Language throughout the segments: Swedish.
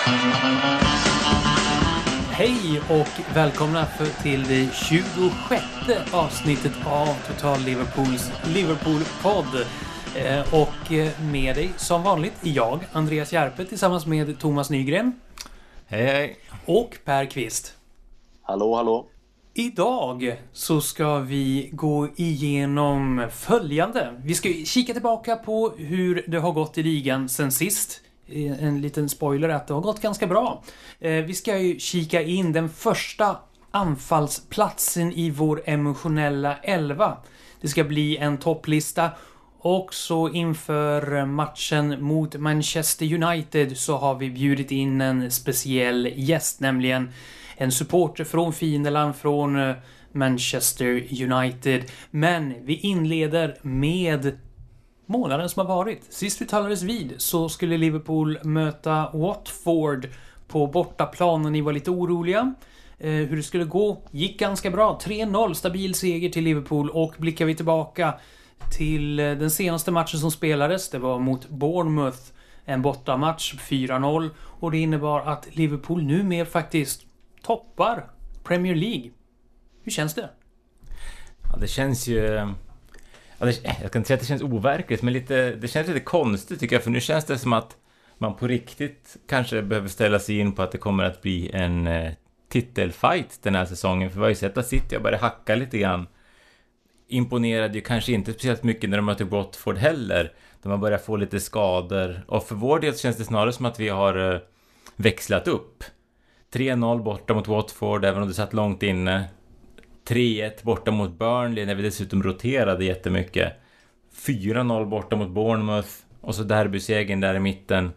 Hej och välkomna till det 26:e avsnittet av Total Liverpools Liverpool-podd. Och med dig som vanligt jag, Andreas Järpe, tillsammans med Thomas Nygren. Hej hej. Och Per Kvist. Hallå, hallå. Idag så ska vi gå igenom följande. Vi ska kika tillbaka på hur det har gått i ligan sen sist. En liten spoiler att det har gått ganska bra. Vi ska ju kika in den första anfallsplatsen i vår emotionella 11. Det ska bli en topplista. Och så inför matchen mot Manchester United så har vi bjudit in en speciell gäst, nämligen en supporter från fiendeland från Manchester United. Men vi inleder med månaden som har varit. Sist vi talades vid så skulle Liverpool möta Watford på bortaplan. Ni var lite oroliga. Hur det skulle gå gick ganska bra. 3-0, stabil seger till Liverpool. Och blickar vi tillbaka till den senaste matchen som spelades. Det var mot Bournemouth. En bortamatch, 4-0. Och det innebar att Liverpool numera faktiskt toppar Premier League. Hur känns det? Ja, det känns ju... jag kan inte säga att det känns overkligt, men det känns lite konstigt tycker jag. För nu känns det som att man på riktigt kanske behöver ställa sig in på att det kommer att bli en titelfight den här säsongen. För vi har ju sett att City har börjat hacka lite grann. Imponerade ju kanske inte speciellt mycket när de mötte Watford heller. De har börjat få lite skador. Och för vår del känns det snarare som att vi har växlat upp. 3-0 borta mot Watford, även om det satt långt inne. 3-1 borta mot Burnley när vi dessutom roterade jättemycket. 4-0 borta mot Bournemouth. Och så derbysegern där i mitten.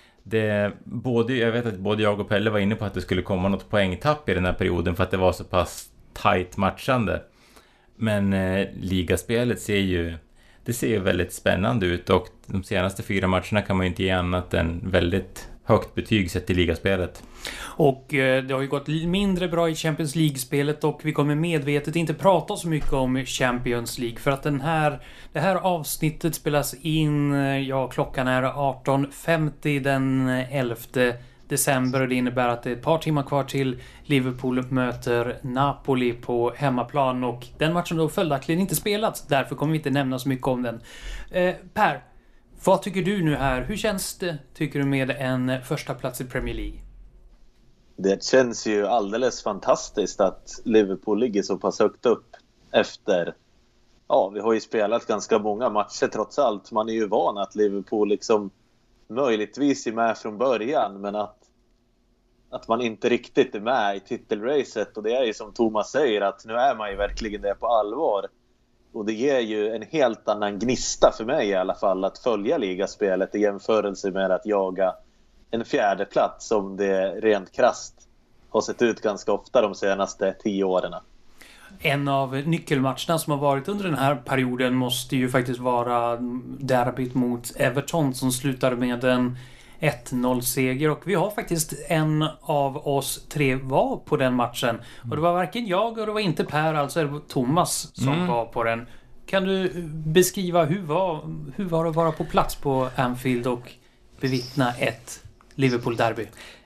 Jag vet att både jag och Pelle var inne på att det skulle komma något poängtapp i den här perioden. För att det var så pass tight matchande. Men ligaspelet ser ju väldigt spännande ut. Och de senaste 4 matcherna kan man ju inte ge annat än väldigt högt betyg sett i ligaspelet. Och det har ju gått mindre bra i Champions League-spelet och vi kommer medvetet inte prata så mycket om Champions League för att det här avsnittet spelas in, klockan är 18:50 den 11 december och det innebär att det är ett par timmar kvar till Liverpool möter Napoli på hemmaplan och den matchen då följaktligen inte spelats, därför kommer vi inte nämna så mycket om den. Per, vad tycker du nu här? Hur känns det, tycker du, med en första plats i Premier League? Det känns ju alldeles fantastiskt att Liverpool ligger så pass högt upp efter... Ja, vi har ju spelat ganska många matcher trots allt. Man är ju van att Liverpool liksom möjligtvis är med från början, men att man inte riktigt är med i titelracet. Och det är ju som Thomas säger, att nu är man ju verkligen det på allvar. Och det ger ju en helt annan gnista för mig i alla fall att följa ligaspelet i jämförelse med att jaga en 4:e plats som det rent krasst har sett ut ganska ofta de senaste 10 åren. En av nyckelmatcherna som har varit under den här perioden måste ju faktiskt vara derbyt mot Everton som slutade med en 1-0-seger och vi har faktiskt en av oss 3 var på den matchen och det var varken jag och det var inte Per, alltså det var Thomas som var på den. Kan du beskriva hur var det att vara på plats på Anfield och bevittna ett Liverpool-derby?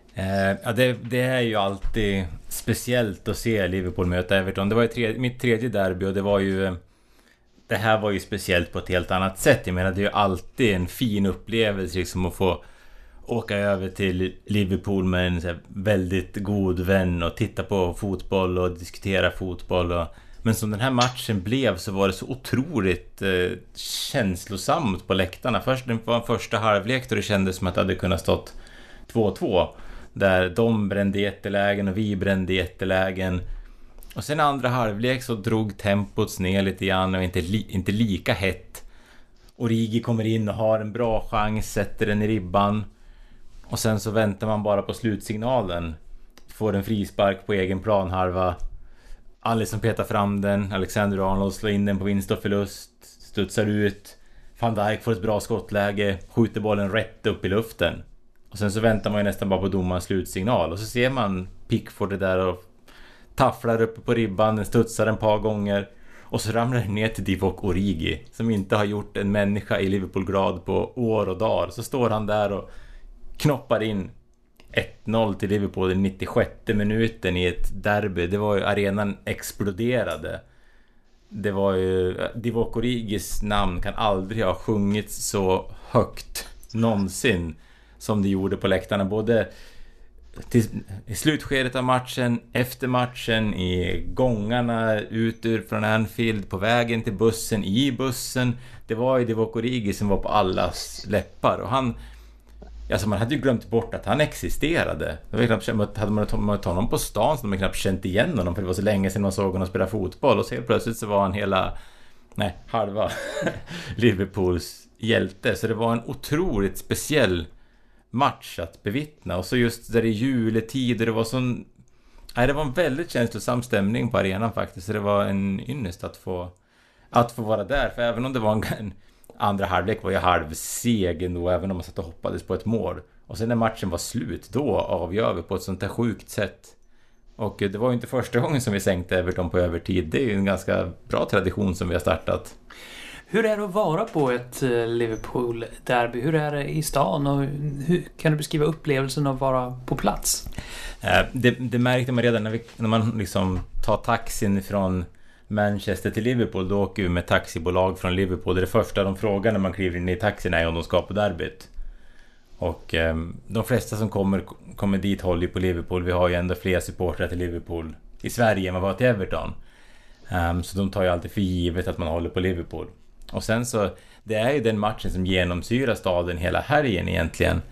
Det är ju alltid speciellt att se Liverpool möta Everton. Det var ju mitt tredje derby och det här var ju speciellt på ett helt annat sätt. Jag menar, det är ju alltid en fin upplevelse liksom att få åka över till Liverpool med en så här väldigt god vän och titta på fotboll och diskutera fotboll. Men som den här matchen blev så var det så otroligt känslosamt på läktarna. Först var en första halvlek då det kändes som att det hade kunnat stått 2-2. Där de brände jättelägen och vi brände jättelägen. Och sen andra halvlek så drog tempot ner lite grann och inte lika hett. Origi kommer in och har en bra chans, sätter den i ribban. Och sen så väntar man bara på slutsignalen. Får en frispark på egen planhalva. Alisson petar fram den. Alexander-Arnold slår in den på vinst och förlust. Studsar ut. Van Dijk får ett bra skottläge. Skjuter bollen rätt upp i luften. Och sen så väntar man ju nästan bara på domarens slutsignal. Och så ser man Pickford det där och tafflar uppe på ribban. Den studsar en par gånger. Och så ramlar den ner till Divock Origi. Som inte har gjort en människa i Liverpool-grad på år och dagar. Så står han där och knoppar in 1-0 till Liverpool i 96:e minuten i ett derby. Det var ju, arenan exploderade. Det var ju, Divock Origis namn kan aldrig ha sjungits så högt någonsin som det gjorde på läktarna. Både i slutskedet av matchen, efter matchen, i gångarna ut ur från Anfield, på vägen till bussen, i bussen. Det var ju Divock Origi som var på allas läppar. Och han, alltså man hade ju glömt bort att han existerade. Det var knappt, hade man tagit honom på stan så de knappt känt igen honom, för det var så länge sedan man såg honom spela fotboll. Och så helt plötsligt så var han halva Liverpools hjälte. Så det var en otroligt speciell match att bevittna. Och så just där i juletid, det var det var en väldigt känslosam stämning på arenan faktiskt. Så det var en ynnest att få vara där. För även om det var en andra halvlek var ju halvseg ändå, även om man satt och hoppades på ett mål. Och sen när matchen var slut, då avgör vi på ett sånt där sjukt sätt. Och det var ju inte första gången som vi sänkte Everton på övertid. Det är ju en ganska bra tradition som vi har startat. Hur är det att vara på ett Liverpool-derby? Hur är det i stan? Och hur kan du beskriva upplevelsen av att vara på plats? Det märkte man redan när man liksom tar taxin från Manchester till Liverpool. Då åker vi med taxibolag från Liverpool. Det första de frågar när man kliver in i taxin är om de ska på derbyt. Och de flesta som kommer dit håller ju på Liverpool. Vi har ju ändå fler supportrar till Liverpool i Sverige än vad vi har till Everton. Så de tar ju alltid för givet att man håller på Liverpool. Och sen så, det är ju den matchen som genomsyrar staden hela helgen egentligen.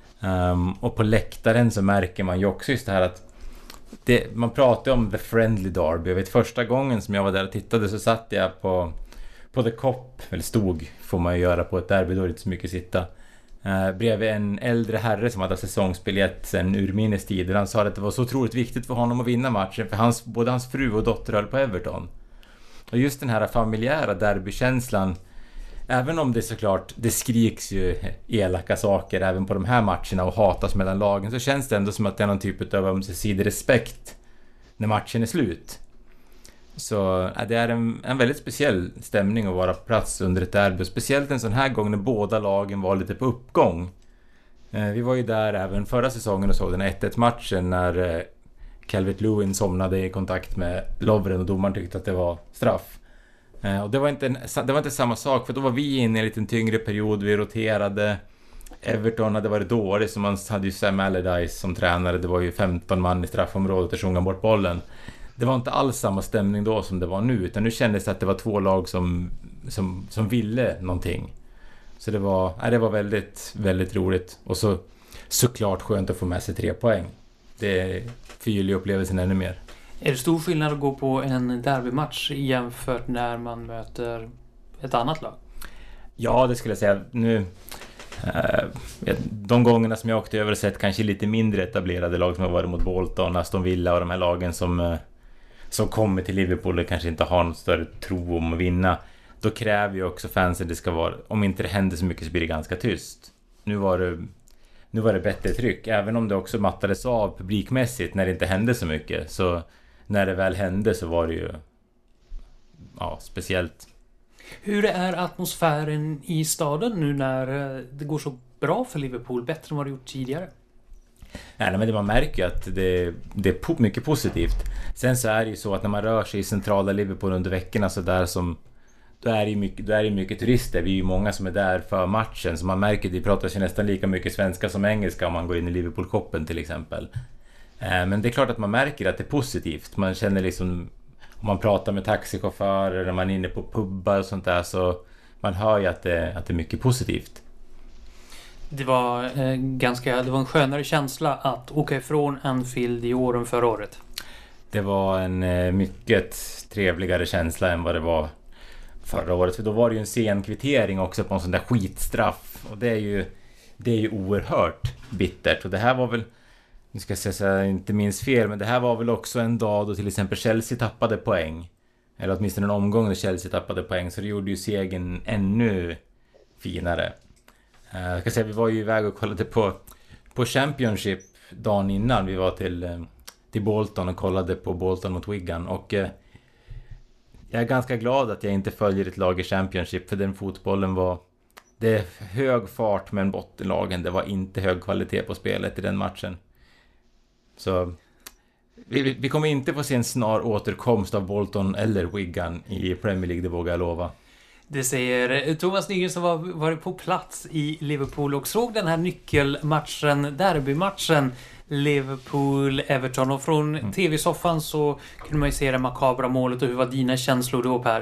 Och på läktaren så märker man ju också just det här att man pratar om the friendly derby. Jag vet, första gången som jag var där och tittade så satt jag på the Kop, eller stod, får man ju göra på ett derby, då är det inte så mycket sitta. Bredvid en äldre herre som hade säsongsbiljett sen urminnes tider. Han sa att det var så otroligt viktigt för honom att vinna matchen, för både hans fru och dotter höll på Everton. Och just den här familjära derbykänslan, även om det såklart, det skriks ju elaka saker även på de här matcherna och hatas mellan lagen, så känns det ändå som att det är någon typ av ömsesidig respekt när matchen är slut. Så det är en väldigt speciell stämning att vara på plats under ett derby, speciellt en sån här gång när båda lagen var lite på uppgång. Vi var ju där även förra säsongen och såg den 1-1-matchen när Calvert-Lewin somnade i kontakt med Lovren och domaren tyckte att det var straff. Och det var inte samma sak, för då var vi inne i en liten tyngre period, vi roterade. Everton hade varit dålig, så man hade ju Sam Allardyce som tränare, det var ju 15 man i straffområdet och sjunga bort bollen. Det var inte alls samma stämning då som det var nu, utan nu kändes det att det var två lag som ville någonting. Så det var väldigt, väldigt roligt. Och såklart skönt att få med sig 3 poäng. Det förgyller upplevelsen ännu mer. Är det stor skillnad att gå på en derbymatch jämfört när man möter ett annat lag? Ja, det skulle jag säga. Nu, de gångerna som jag åkte över och sett kanske lite mindre etablerade lag som har varit mot Bolton, Aston Villa och de här lagen som kommer till Liverpool och kanske inte har någon större tro om att vinna. Då kräver ju också fansen det ska vara, om inte det händer så mycket så blir det ganska tyst. Nu var det bättre tryck, även om det också mattades av publikmässigt när det inte hände så mycket. Så när det väl hände så var det ju speciellt. Hur är atmosfären i staden nu när det går så bra för Liverpool, bättre än vad det gjort tidigare? Nej, men man märker ju att det är mycket positivt. Sen så är det ju så att när man rör sig i centrala Liverpool under veckorna så där då är det mycket turister. Vi är ju många som är där för matchen, så man märker att det pratar sig nästan lika mycket svenska som engelska om man går in i Liverpool-koppen till exempel. Men det är klart att man märker att det är positivt. Man känner liksom, om man pratar med taxichaufförer när man är inne på pubbar och sånt där, så man hör ju att det är mycket positivt. Det var en skönare känsla att åka ifrån Anfield i år än förra året. Det var en mycket trevligare känsla än vad det var förra året. För då var det ju en sen kvittering också på en sån där skitstraff. Och det är ju oerhört bittert. Och det här var väl, nu ska jag säga så jag inte minns fel, men det här var väl också en dag då till exempel Chelsea tappade poäng. Eller åtminstone en omgång där Chelsea tappade poäng. Så det gjorde ju segern ännu finare. Jag ska säga, vi var ju iväg och kollade på Championship dagen innan vi var till Bolton och kollade på Bolton mot Wigan. Och jag är ganska glad att jag inte följer ett lag i Championship, för den fotbollen det är hög fart, men bottenlagen, det var inte hög kvalitet på spelet i den matchen. Så vi kommer inte få se en snar återkomst av Bolton eller Wigan i Premier League, det vågar jag lova. Det säger Thomas Nygren som varit på plats i Liverpool och såg den här nyckelmatchen, derbymatchen Liverpool-Everton, och från tv-soffan så kunde man ju se det makabra målet. Och hur var dina känslor då, Per?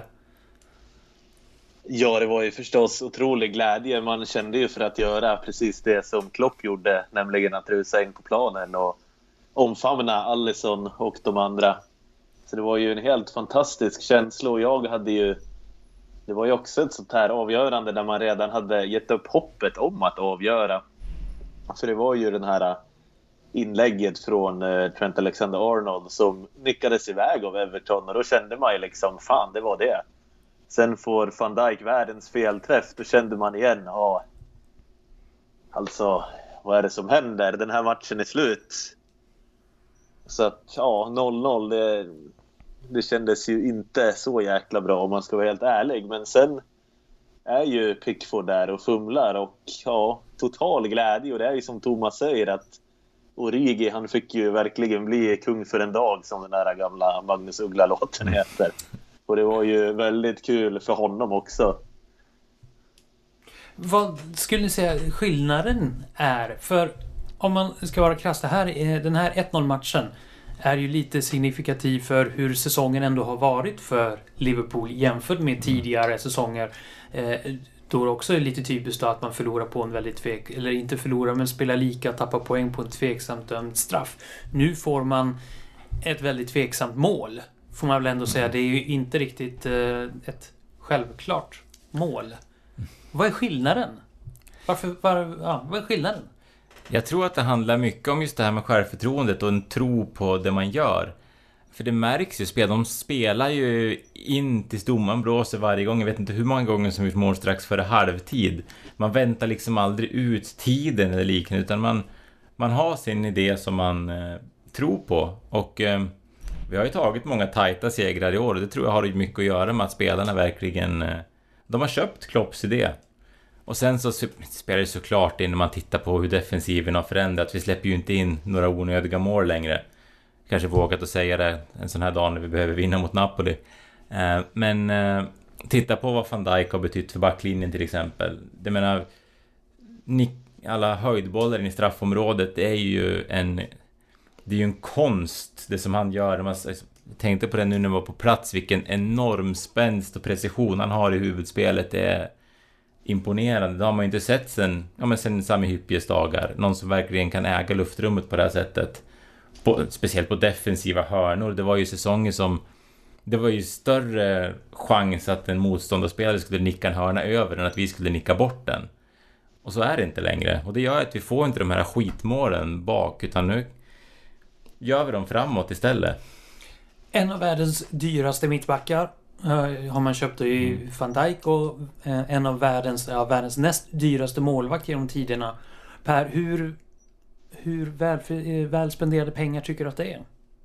Ja, det var ju förstås otrolig glädje. Man kände ju för att göra precis det som Klopp gjorde, nämligen att rusa in på planen och omfamna Alisson och de andra. Så det var ju en helt fantastisk känsla, och jag hade ju... Det var ju också ett sånt här avgörande där man redan hade gett upp hoppet om att avgöra. För det var ju den här inlägget från Trent Alexander-Arnold som nickades iväg av Everton, och då kände man ju liksom, fan, det var det. Sen får Van Dijk världens felträff, då kände man igen, ja, alltså, vad är det som händer? Den här matchen är slut. Så att, ja, 0-0, det kändes ju inte så jäkla bra om man ska vara helt ärlig. Men sen är ju Pickford där och fumlar, och ja, total glädje. Och det är ju som Thomas säger, att Origi, han fick ju verkligen bli kung för en dag, som den där gamla Magnus Uggla-låten heter. Och det var ju väldigt kul för honom också. Vad skulle ni säga skillnaden är? För om man ska vara krass, den här 1-0-matchen är ju lite signifikativ för hur säsongen ändå har varit för Liverpool jämfört med tidigare säsonger. Då det också är lite typiskt då att man förlorar på en väldigt eller inte förlorar, men spelar lika, tappar poäng på en tveksamt dömd straff. Nu får man ett väldigt tveksamt mål, får man väl ändå säga. Det är ju inte riktigt ett självklart mål. Vad är skillnaden? Vad är skillnaden? Jag tror att det handlar mycket om just det här med självförtroendet och en tro på det man gör. För det märks ju, de spelar ju in tills domaren blåser varje gång. Jag vet inte hur många gånger som vi får mål strax före halvtid. Man väntar liksom aldrig ut tiden eller liknande, utan man har sin idé som man tror på. Och vi har ju tagit många tajta segrar i år, och det tror jag har mycket att göra med att spelarna verkligen de har köpt Klopps idé. Och sen så spelar det såklart in när man tittar på hur defensiven har förändrats. Vi släpper ju inte in några onödiga mål längre. Kanske vågat att säga det en sån här dag när vi behöver vinna mot Napoli. Men titta på vad Van Dijk har betytt för backlinjen till exempel. Jag menar, alla höjdbollar i straffområdet, det är ju en konst det som han gör. Man tänkte på det nu när man var på plats, vilken enorm spänst och precision han har i huvudspelet. Det är imponerande. Det har man ju inte sett sen Sami Hyppies dagar. Någon som verkligen kan äga luftrummet på det här sättet. Speciellt på defensiva hörnor. Det var ju säsonger som det var ju större chans att en motståndarspelare skulle nicka en hörna över än att vi skulle nicka bort den. Och så är det inte längre. Och det gör att vi får inte de här skitmålen bak, utan nu gör vi dem framåt istället. En av världens dyraste mittbackar har man köpt i Van Dijk, och en av världens näst dyraste målvakt genom tiderna. Per, hur väl spenderade pengar tycker du att det är?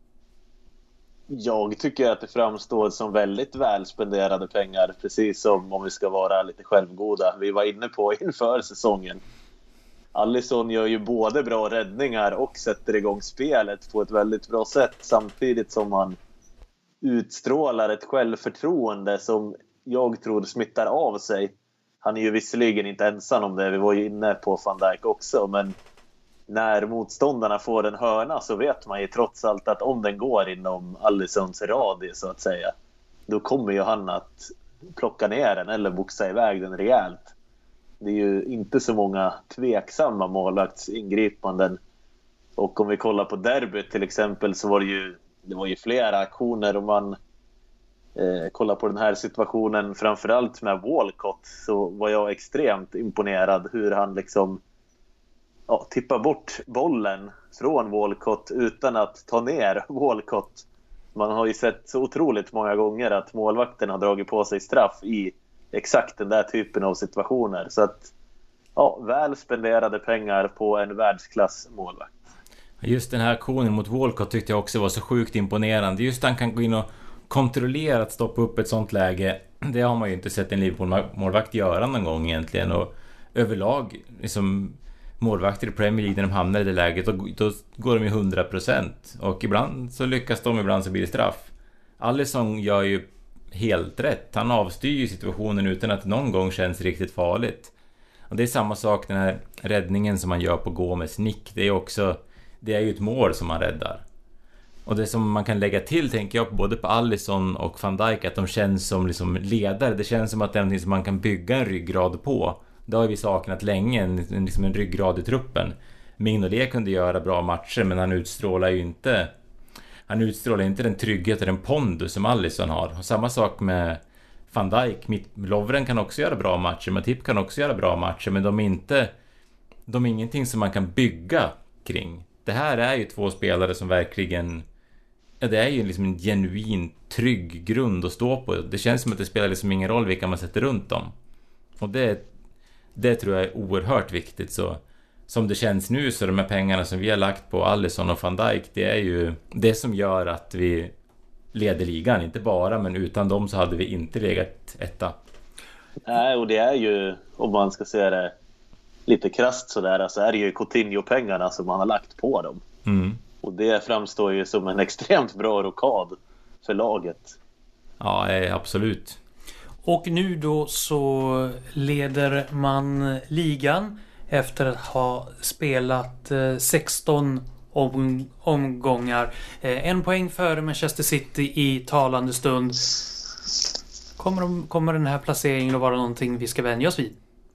Jag tycker att det framstår som väldigt väl spenderade pengar, precis som om vi ska vara lite självgoda. Vi var inne på inför säsongen. Alisson gör ju både bra räddningar och sätter igång spelet på ett väldigt bra sätt, samtidigt som han utstrålar ett självförtroende som jag tror smittar av sig. Han är ju visserligen inte ensam om det, vi var ju inne på Van Dijk också, men när motståndarna får en hörna så vet man ju trots allt att om den går inom Alissons radie så att säga, då kommer ju han att plocka ner den eller boxa iväg den rejält. Det är ju inte så många tveksamma målvaktsingripanden. Och om vi kollar på derbyt till exempel, så var det var ju flera aktioner, och man kollar på den här situationen framförallt med Walcott, så var jag extremt imponerad hur han liksom tippar bort bollen från Walcott utan att ta ner Walcott. Man har ju sett så otroligt många gånger att målvakten har dragit på sig straff i exakt den där typen av situationer. Så att väl spenderade pengar på en världsklass målvakt. Just den här aktionen mot Walcott tyckte jag också var så sjukt imponerande. Just han kan gå in och kontrollera att stoppa upp ett sånt läge. Det har man ju inte sett en Liverpool-målvakt göra någon gång egentligen. Och överlag liksom målvakter i Premier League när de hamnar i det läget, då går de ju 100%. Och ibland så lyckas de, ibland så blir det straff. Alisson gör ju helt rätt. Han avstyr ju situationen utan att det någon gång känns riktigt farligt. Och det är samma sak, den här räddningen som man gör på Gomes nick. Det är ju ett mål som man räddar. Och det som man kan lägga till, tänker jag, både på Alisson och Van Dijk, att de känns som liksom ledare. Det känns som att det är någonting som man kan bygga en ryggrad på. Det har vi saknat länge, en ryggrad i truppen. Mignolet kunde göra bra matcher, men han utstrålar inte den trygghet och den pondus som Alisson har. Och samma sak med Van Dijk. Lovren kan också göra bra matcher, Matip kan också göra bra matcher, men de är ingenting som man kan bygga kring. Det här är ju två spelare som verkligen, det är ju liksom en genuin trygg grund att stå på. Det känns som att det spelar liksom ingen roll vilka man sätter runt dem. Och det tror jag är oerhört viktigt. Så som det känns nu, så de här pengarna som vi har lagt på Alisson och Van Dijk, det är ju det som gör att vi leder ligan. Inte bara, men utan dem så hade vi inte legat etta. Nej, och det är ju, om man ska säga det lite krasst sådär, så är det ju Coutinho-pengarna som man har lagt på dem. Och det framstår ju som en extremt bra rokad för laget. Ja, absolut. Och nu då så leder man ligan efter att ha spelat 16 omgångar. En poäng före Manchester City i talande stund. Kommer den här placeringen att vara någonting vi ska vänja oss vid?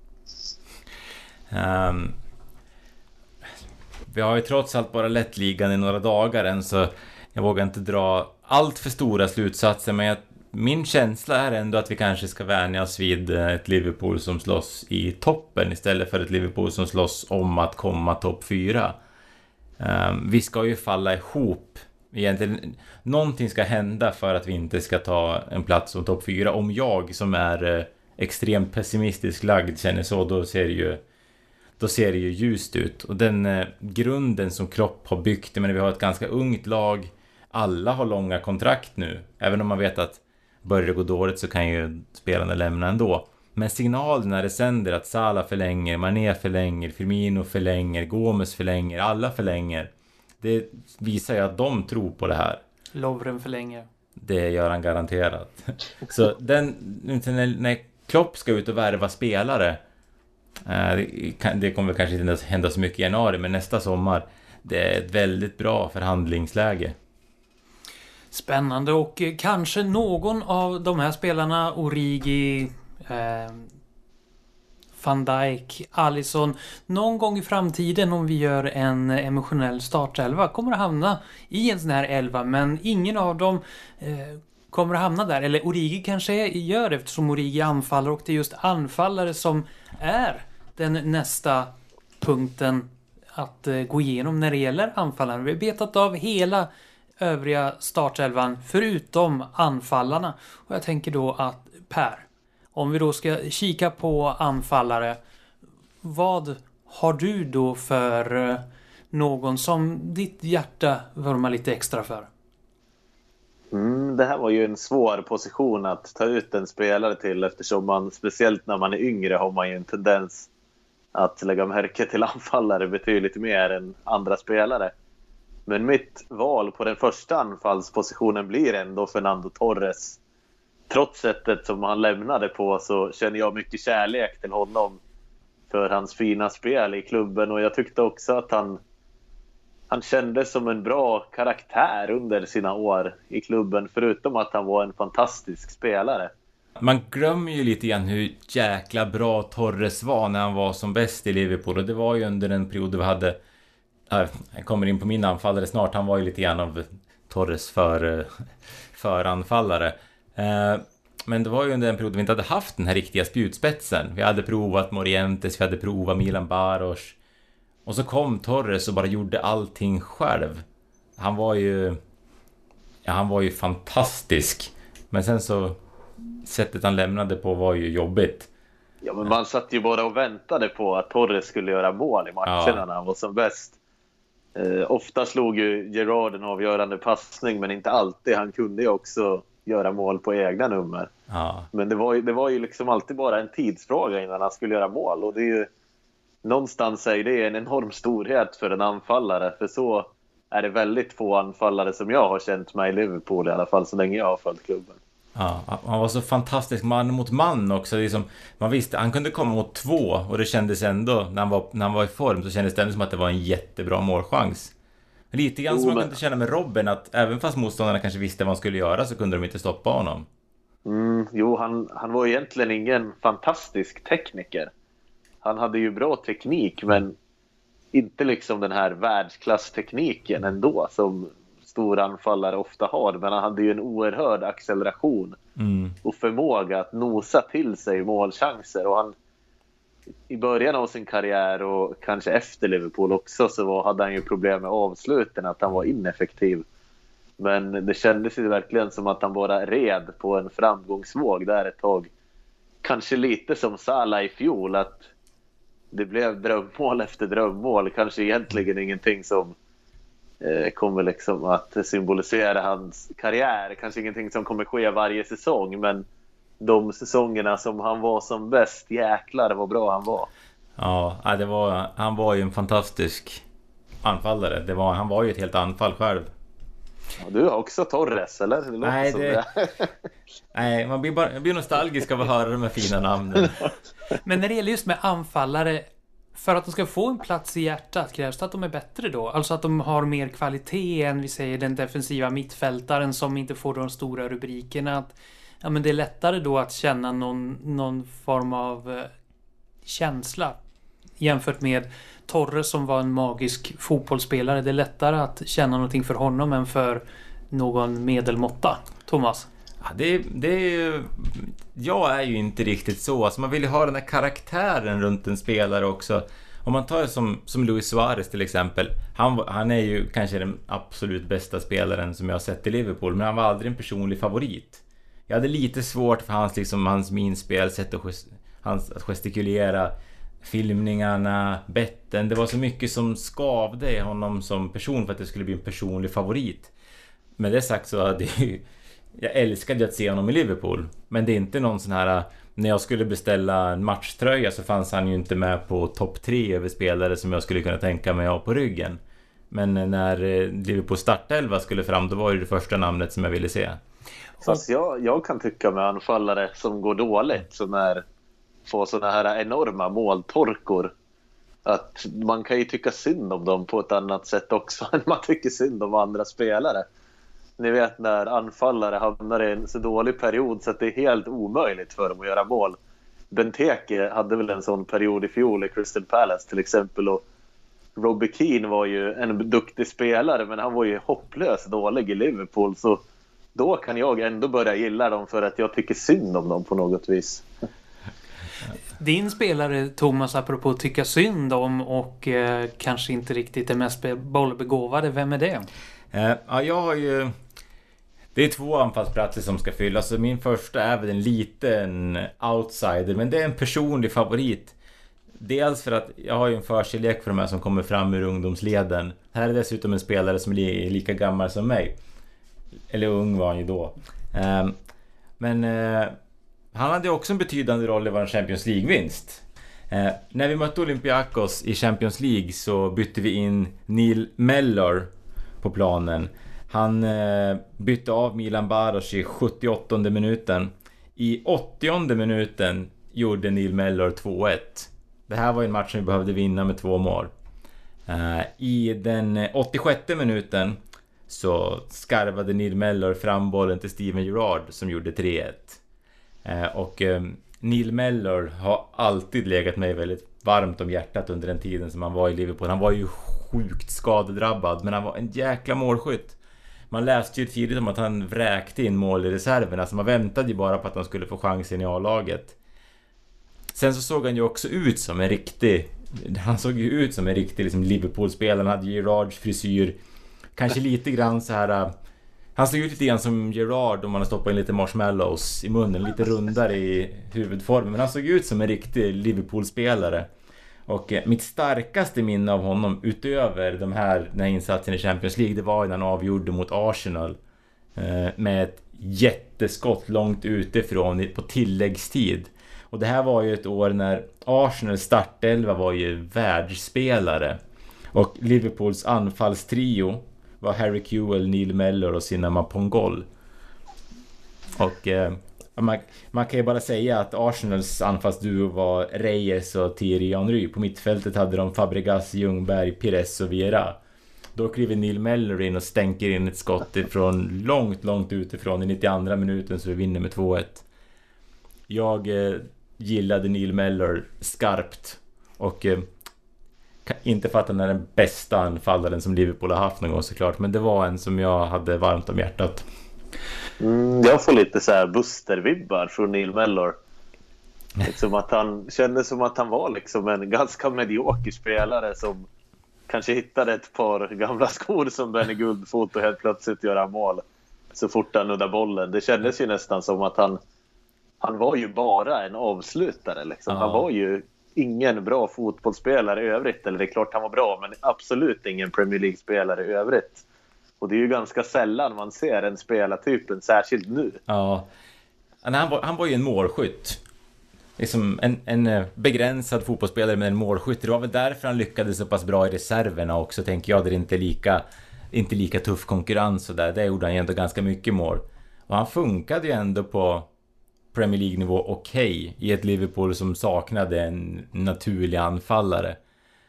Vi har ju trots allt bara lett ligan i några dagar än, så jag vågar inte dra allt för stora slutsatser, men min känsla är ändå att vi kanske ska vänja oss vid ett Liverpool som slåss i toppen istället för ett Liverpool som slåss om att komma topp 4. Vi ska ju falla ihop. Egentligen, någonting ska hända för att vi inte ska ta en plats som topp 4. Om jag, som är extremt pessimistisk lagd, känner så, då ser det ju ljust ut. Och den grunden som Klopp har byggt, men vi har ett ganska ungt lag. Alla har långa kontrakt nu. Även om man vet att börjar det gå dåligt så kan ju spelarna lämna ändå. Men signalen när det sänder att Salah förlänger, Mané förlänger, Firmino förlänger, Gomes förlänger, alla förlänger. Det visar ju att de tror på det här. Lovren förlänger. Det gör han garanterat. Så när Klopp ska ut och värva spelare, det kommer kanske inte hända så mycket i januari, men nästa sommar, det är ett väldigt bra förhandlingsläge. Spännande, och kanske någon av de här spelarna, Origi, Van Dijk, Alisson, någon gång i framtiden, om vi gör en emotionell startelva, kommer att hamna i en sån här elva, men ingen av dem kommer att hamna där. Eller Origi kanske gör, eftersom Origi anfaller, och det är just anfallare som är den nästa punkten att gå igenom när det gäller anfallare. Vi har betat av hela övriga startelvan förutom anfallarna. Och jag tänker då att Per, om vi då ska kika på anfallare, vad har du då för någon som ditt hjärta vurmar lite extra för? Det här var ju en svår position att ta ut en spelare till, eftersom man, speciellt när man är yngre, har man ju en tendens att lägga märke till anfallare betydligt mer än andra spelare. Men mitt val på den första anfallspositionen blir ändå Fernando Torres. Trots sättet som han lämnade på, så känner jag mycket kärlek till honom för hans fina spel i klubben. Och jag tyckte också att han kändes som en bra karaktär under sina år i klubben, förutom att han var en fantastisk spelare. Man glömmer ju lite grann hur jäkla bra Torres var när han var som bäst i Liverpool. Och det var ju under en period vi hade... Jag kommer in på min anfallare snart. Han var ju lite grann av Torres föranfallare. Men det var ju under en period vi inte hade haft den här riktiga spjutspetsen. Vi hade provat Morientes, vi hade provat Milan Baros. Och så kom Torres och bara gjorde allting själv. Han var ju fantastisk. Men sen så, sättet han lämnade på var ju jobbigt. Ja, men man satt ju bara och väntade på att Torres skulle göra mål i matcherna när han var som bäst. Ofta slog ju Gerrard en avgörande passning, men inte alltid. Han kunde ju också göra mål på egna nummer. Ja. Men det var ju liksom alltid bara en tidsfråga innan han skulle göra mål. Och det någonstans är det en enorm storhet för en anfallare. För så är det väldigt få anfallare som jag har känt mig i Liverpool, i alla fall så länge jag har följt klubben. Ja, han var så fantastisk man mot man också. Liksom, man visste, han kunde komma mot 2 och det kändes ändå, när han var i form, så kändes det ändå som att det var en jättebra målchans. Lite grann som man kunde känna med Robben, att även fast motståndarna kanske visste vad han skulle göra så kunde de inte stoppa honom. Han var egentligen ingen fantastisk tekniker. Han hade ju bra teknik, men inte liksom den här världsklasstekniken ändå som stora anfallare ofta har. Men han hade ju en oerhörd acceleration och förmåga att nosa till sig målchanser. Och han, i början av sin karriär och kanske efter Liverpool också, så hade han ju problem med avsluten, att han var ineffektiv. Men det kändes ju verkligen som att han bara red på en framgångsvåg där ett tag. Kanske lite som Salah i fjol, att det blev drömmål efter drömmål. Kanske egentligen ingenting som kommer liksom att symbolisera hans karriär. Kanske ingenting som kommer ske varje säsong, men de säsongerna som han var som bäst, jäklar vad bra han var. Ja, han var ju en fantastisk anfallare. Han var ju ett helt anfall själv. Ja, du har också Torres, eller? Det låter nej, man blir nostalgisk av att höra de här fina namnen. Men när det gäller just med anfallare, för att de ska få en plats i hjärtat, krävs det att de är bättre då? Alltså att de har mer kvalitet än, vi säger, den defensiva mittfältaren som inte får de stora rubrikerna. Att, ja, men det är lättare då att känna någon form av känsla jämfört med Torres som var en magisk fotbollsspelare. Det är lättare att känna någonting för honom än för någon medelmåtta. Thomas? Ja, jag är ju inte riktigt så. Alltså man vill ju ha den här karaktären runt en spelare också. Om man tar som Luis Suarez till exempel. Han är ju kanske den absolut bästa spelaren som jag har sett i Liverpool, men han var aldrig en personlig favorit. Jag hade lite svårt för hans minspel, sätt att gestikulera, filmningarna, betten. Det var så mycket som skavde i honom som person för att det skulle bli en personlig favorit. Men det sagt så hade jag älskade att se honom i Liverpool. Men det är inte någon sån här, när jag skulle beställa en matchtröja så fanns han ju inte med på topp 3 över spelare som jag skulle kunna tänka mig ha på ryggen. Men när Liverpool startelva skulle fram, då var det första namnet som jag ville se. Fast jag kan tycka med anfallare som går dåligt, som får såna här enorma måltorkor, att man kan ju tycka synd om dem på ett annat sätt också än man tycker synd om andra spelare. Ni vet när anfallare hamnar i en så dålig period så att det är helt omöjligt för dem att göra mål. Benteke hade väl en sån period i fjol i Crystal Palace till exempel, och Robbie Keane var ju en duktig spelare, men han var ju hopplöst dålig i Liverpool, så då kan jag ändå börja gilla dem för att jag tycker synd om dem på något vis. Din spelare, Thomas, apropå tycka synd om och kanske inte riktigt är mest bollbegåvade, vem är det? Ja, jag har ju... Det är 2 anfallsplatser som ska fyllas. Så min första är väl en liten outsider, men det är en personlig favorit. Dels för att jag har ju en förkärlek för de här som kommer fram ur ungdomsleden. Här är dessutom en spelare som är lika gammal som mig. Eller ung var han ju då. Men han hade också en betydande roll i vår Champions League-vinst. När vi mötte Olympiakos i Champions League så bytte vi in Neil Mellor på planen. Han bytte av Milan Baros i 78:e minuten. I 80:e minuten gjorde Neil Mellor 2-1. Det här var en match som vi behövde vinna med 2 mål. I den 86:e minuten så skarvade Neil Mellor fram bollen till Steven Gerrard som gjorde 3-1. Och Neil Mellor har alltid legat mig väldigt varmt om hjärtat under den tiden som han var i Liverpool. Han var ju sjukt skadedrabbad, men han var en jäkla målskytt. Man läste ju tidigt om att han vräkte in mål i reserverna, så man väntade ju bara på att han skulle få chansen i A-laget. Sen så såg han ju också ut som en riktig... Han såg ju ut som en riktig liksom Liverpool-spelare. Han hade Gerards frisyr. Kanske lite grann så här... Han såg ut lite grann som Gerard om man har stoppat in lite marshmallows i munnen. Lite rundare i huvudformen. Men han såg ut som en riktig Liverpool-spelare. Och mitt starkaste minne av honom utöver den här insatsen i Champions League, det var när han avgjorde mot Arsenal. Med ett jätteskott långt utifrån på tilläggstid. Och det här var ju ett år när Arsenal startelva var ju världsspelare. Och Liverpools anfallstrio var Harry Kewell, Neil Mellor och Sinama Pongol. Och man kan ju bara säga att Arsenals anfallsduo var Reyes och Thierry Henry. På mittfältet hade de Fabregas, Ljungberg, Pires och Vieira. Då kliver Neil Mellor in och stänker in ett skott ifrån långt utifrån i 92 minuten, så vi vinner med 2-1. Jag gillade Neil Mellor skarpt och kan inte fatta när den bästa anfallaren som Liverpool har haft någon gång såklart, men det var en som jag hade varmt om hjärtat. Jag får lite så här Buster-vibbar från Neil Mellor. Liksom att han kändes som att han var liksom en ganska medioker spelare som kanske hittade ett par gamla skor som Benny Guldfot och helt plötsligt göra mål så fort han nuddade bollen. Det kändes ju nästan som att han var ju bara en avslutare liksom. Han var ju ingen bra fotbollsspelare i övrigt. Eller det är klart han var bra, men absolut ingen Premier League-spelare i övrigt. Och det är ju ganska sällan man ser en spelartypen, särskilt nu. Ja, han var ju en målskytt. Liksom en begränsad fotbollsspelare med en målskytt. Det var väl därför han lyckades så pass bra i reserverna också, tänker jag. Det är inte lika tuff konkurrens och där. Där gjorde han ju ändå ganska mycket mål. Och han funkade ju ändå på Premier League-nivå okej i ett Liverpool som saknade en naturlig anfallare.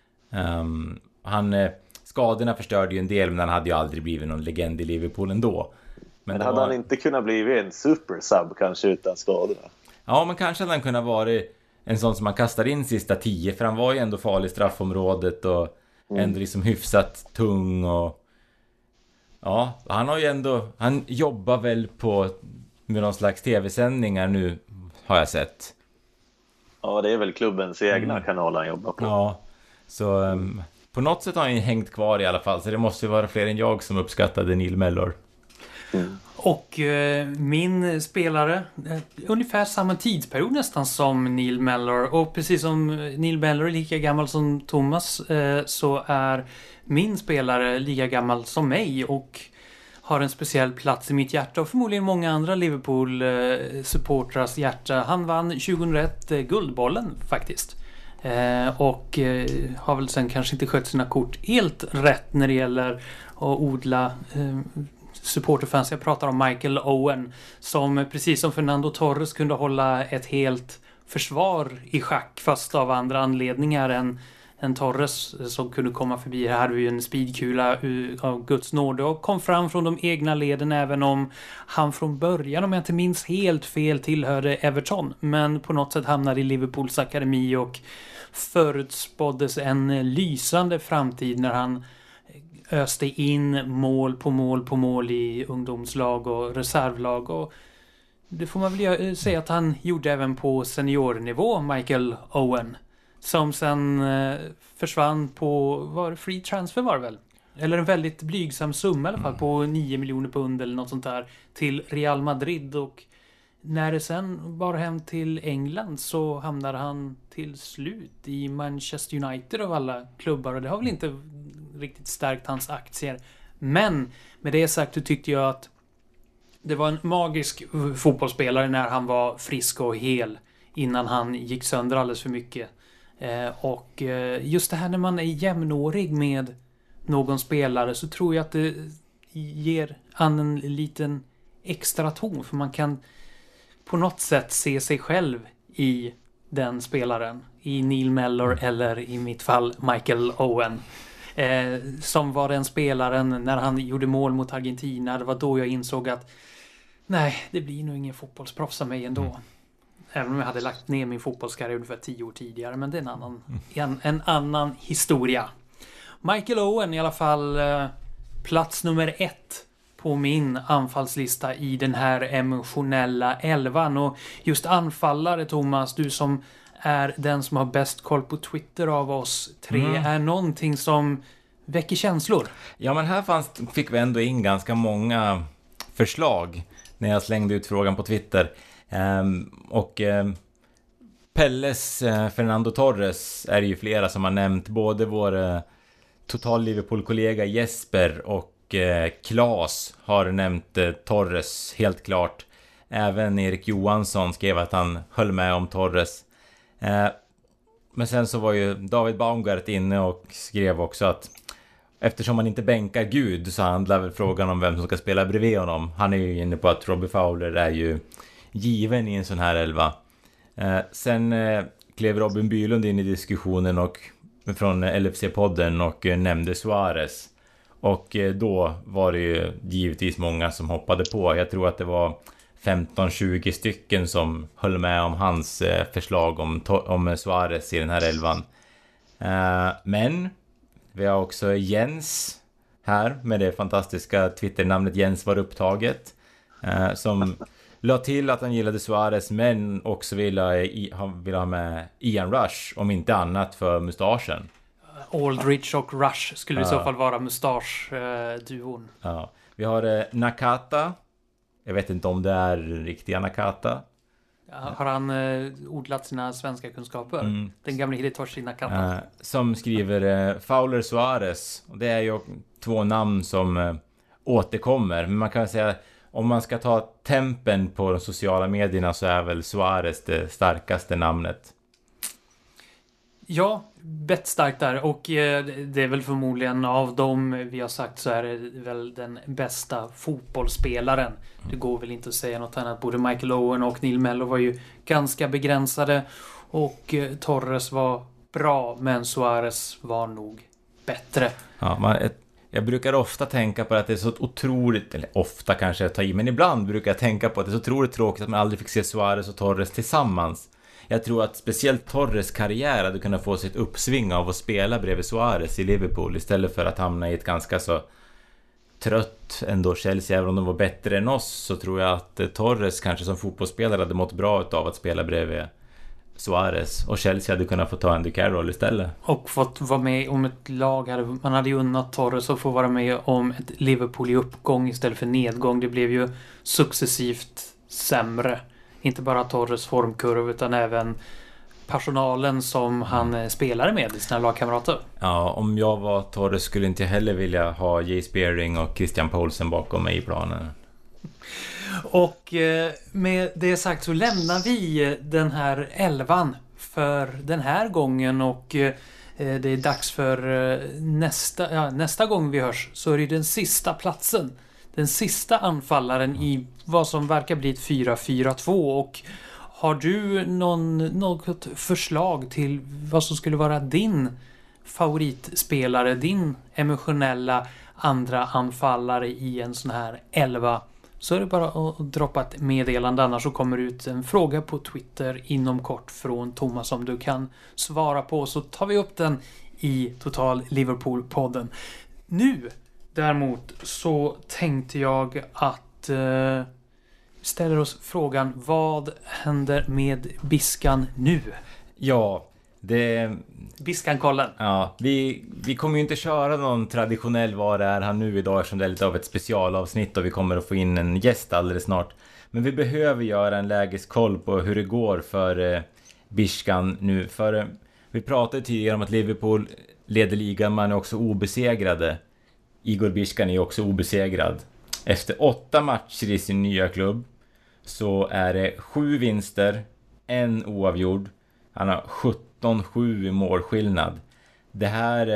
Skadorna förstörde ju en del, men han hade ju aldrig blivit någon legend i Liverpool ändå. Men hade han inte kunnat bli en supersub kanske utan skadorna? Ja, men kanske hade han kunnat vara en sån som man kastar in sista 10, för han var ju ändå farlig i straffområdet och ändå liksom hyfsat tung och ja, han har ju ändå, han jobbar väl med någon slags tv-sändningar nu, har jag sett. Ja, det är väl klubbens egna kanal han jobbar på. Ja, så på något sätt har han ju hängt kvar i alla fall, så det måste ju vara fler än jag som uppskattade Neil Mellor. Och min spelare, ungefär samma tidsperiod nästan som Neil Mellor. Och precis som Neil Mellor är lika gammal som Thomas, så är min spelare lika gammal som mig och har en speciell plats i mitt hjärta och förmodligen många andra Liverpool-supportrars hjärta. Han vann 2001 Guldbollen faktiskt. Och har väl sen kanske inte skött sina kort helt rätt när det gäller att odla supporterfans. Jag pratar om Michael Owen som precis som Fernando Torres kunde hålla ett helt försvar i schack, fast av andra anledningar än Torres som kunde komma förbi. Här hade vi en speedkula av Guds nåde och kom fram från de egna leden, även om han från början, om jag inte minns helt fel, tillhörde Everton, men på något sätt hamnade i Liverpools akademi och förutspåddes en lysande framtid när han öste in mål på mål i ungdomslag och reservlag, och det får man väl säga att han gjorde även på seniornivå, Michael Owen, som sen försvann på free transfer var det väl? Eller en väldigt blygsam summa i alla fall, på 9 miljoner pund eller något sånt där, till Real Madrid. Och när det sen var hem till England så hamnade han till slut i Manchester United av alla klubbar, och det har väl inte riktigt stärkt hans aktier. Men med det sagt så tyckte jag att det var en magisk fotbollsspelare när han var frisk och hel, innan han gick sönder alldeles för mycket. Och just det här när man är jämnårig med någon spelare, så tror jag att det ger en liten extra ton, för man kan på något sätt se sig själv i den spelaren, i Neil Mellor eller i mitt fall Michael Owen, som var den spelaren när han gjorde mål mot Argentina. Det var då jag insåg att nej, det blir nog ingen fotbollsproffs av mig ändå. Även om jag hade lagt ner min fotbollskarriär ungefär 10 år tidigare, men det är en annan historia. Michael Owen i alla fall, plats nummer 1 på min anfallslista i den här emotionella elvan. Och just anfallare, Thomas, du som är den som har bäst koll på Twitter av oss tre, är någonting som väcker känslor. Ja, men här fick vi ändå in ganska många förslag när jag slängde ut frågan på Twitter. Pelles Fernando Torres är det ju flera som har nämnt. Både vår total Liverpool-kollega Jesper och Claes har nämnt Torres helt klart. Även Erik Johansson skrev att han höll med om Torres. Men sen så var ju David Baumgart inne och skrev också att eftersom man inte bänkar Gud så handlar väl frågan om vem som ska spela bredvid honom. Han är ju inne på att Robbie Fowler är ju given i en sån här elva. Sen klev Robin Bylund in i diskussionen och från LFC-podden och nämnde Suarez. Och då var det ju givetvis många som hoppade på. Jag tror att det var 15-20 stycken som höll med om hans förslag om Suarez i den här elvan. Men vi har också Jens här med det fantastiska Twitter-namnet Jens var upptaget. Som la till att han gillade Suarez men också ville ha med Ian Rush om inte annat för mustaschen. Aldridge och Rush skulle i så fall vara mustasch-duon. Ja. Vi har Nakata. Jag vet inte om det är riktiga Nakata. Har han odlat sina svenska kunskaper? Den gamla Hidetoshi Nakata. Som skriver Fowler Suarez. Och det är ju 2 namn som återkommer. Men man kan säga om man ska ta tempen på de sociala medierna så är väl Suarez det starkaste namnet. Ja, bettstarkt där. Och det är väl förmodligen av dem vi har sagt så är det väl den bästa fotbollsspelaren. Det går väl inte att säga något annat. Både Michael Owen och Neil Mello var ju ganska begränsade. Och Torres var bra, men Suarez var nog bättre. Ja, jag brukar ofta tänka på att det är så otroligt, eller ofta kanske jag tar i, men ibland brukar jag tänka på att det är så otroligt tråkigt att man aldrig fick se Suarez och Torres tillsammans. Jag tror att speciellt Torres karriär hade kunnat få sitt uppsving av att spela bredvid Suarez i Liverpool istället för att hamna i ett ganska så trött ändå Chelsea. Även om de var bättre än oss så tror jag att Torres kanske som fotbollsspelare hade mått bra av att spela bredvid Suarez och Chelsea hade kunnat få ta Andy Carroll istället. Och fått vara med om ett lag. Man hade ju unnat Torres att få vara med om ett Liverpool i uppgång istället för nedgång. Det blev ju successivt sämre. Inte bara Torres formkurv utan även personalen som han spelade med i sina lagkamrater. Ja, om jag var Torres skulle inte jag heller vilja ha Jay Spearing och Christian Poulsen bakom mig i planen. Och med det sagt så lämnar vi den här elvan för den här gången och det är dags för nästa gång vi hörs så är det den sista platsen. Den sista anfallaren i vad som verkar bli ett 4-4-2 och har du något förslag till vad som skulle vara din favoritspelare, din emotionella andra anfallare i en sån här 11 så är det bara att droppa ett meddelande annars så kommer ut en fråga på Twitter inom kort från Thomas som du kan svara på så tar vi upp den i Total Liverpool-podden. Nu däremot så tänkte jag att ställer oss frågan vad händer med Biskan nu? Ja, Biskankollen. Ja, vi kommer ju inte köra någon traditionell vad det är han nu idag eftersom det är lite av ett specialavsnitt och vi kommer att få in en gäst alldeles snart. Men vi behöver göra en lägeskoll på hur det går för Biskan nu. För vi pratade tidigare om att Liverpool leder ligan, man är också obesegrade. Igor Biskan är också obesegrad. Efter 8 matcher i sin nya klubb så är det 7 vinster, 1 oavgjord. Han har 17-7 i målskillnad. Det här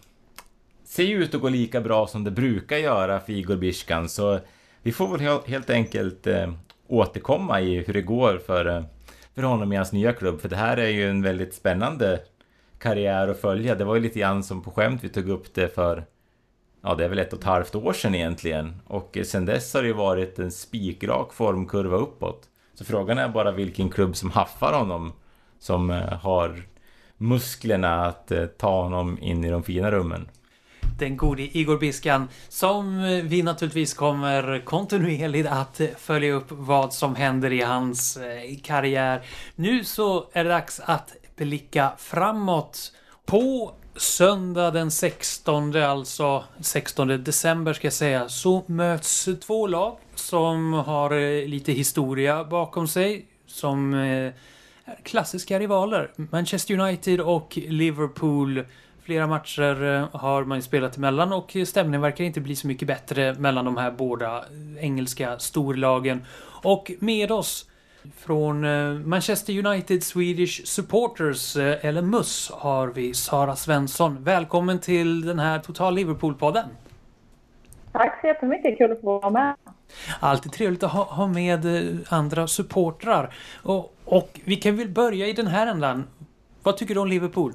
ser ju ut att gå lika bra som det brukar göra för Igor Biskan. Så vi får väl helt enkelt återkomma i hur det går för honom i hans nya klubb. För det här är ju en väldigt spännande karriär att följa. Det var ju lite grann som på skämt vi tog upp det för... Ja, det är väl 1,5 år sedan egentligen. Och sen dess har det ju varit en spikrak formkurva uppåt. Så frågan är bara vilken klubb som haffar honom. Som har musklerna att ta honom in i de fina rummen. Den gode Igor Biskan som vi naturligtvis kommer kontinuerligt att följa upp vad som händer i hans karriär. Nu så är det dags att blicka framåt på söndag den 16, alltså 16 december ska jag säga, så möts 2 lag som har lite historia bakom sig, som klassiska rivaler. Manchester United och Liverpool Flera matcher har man ju spelat emellan och stämningen verkar inte bli så mycket bättre mellan de här båda engelska storlagen. Och med oss från Manchester United Swedish Supporters, eller MUS, har vi Sara Svensson. Välkommen till den här Total Liverpool-podden. Tack så jättemycket, kul att få vara med. Alltid trevligt att ha med andra supportrar. Och vi kan väl börja i den här ändan. Vad tycker du om Liverpool?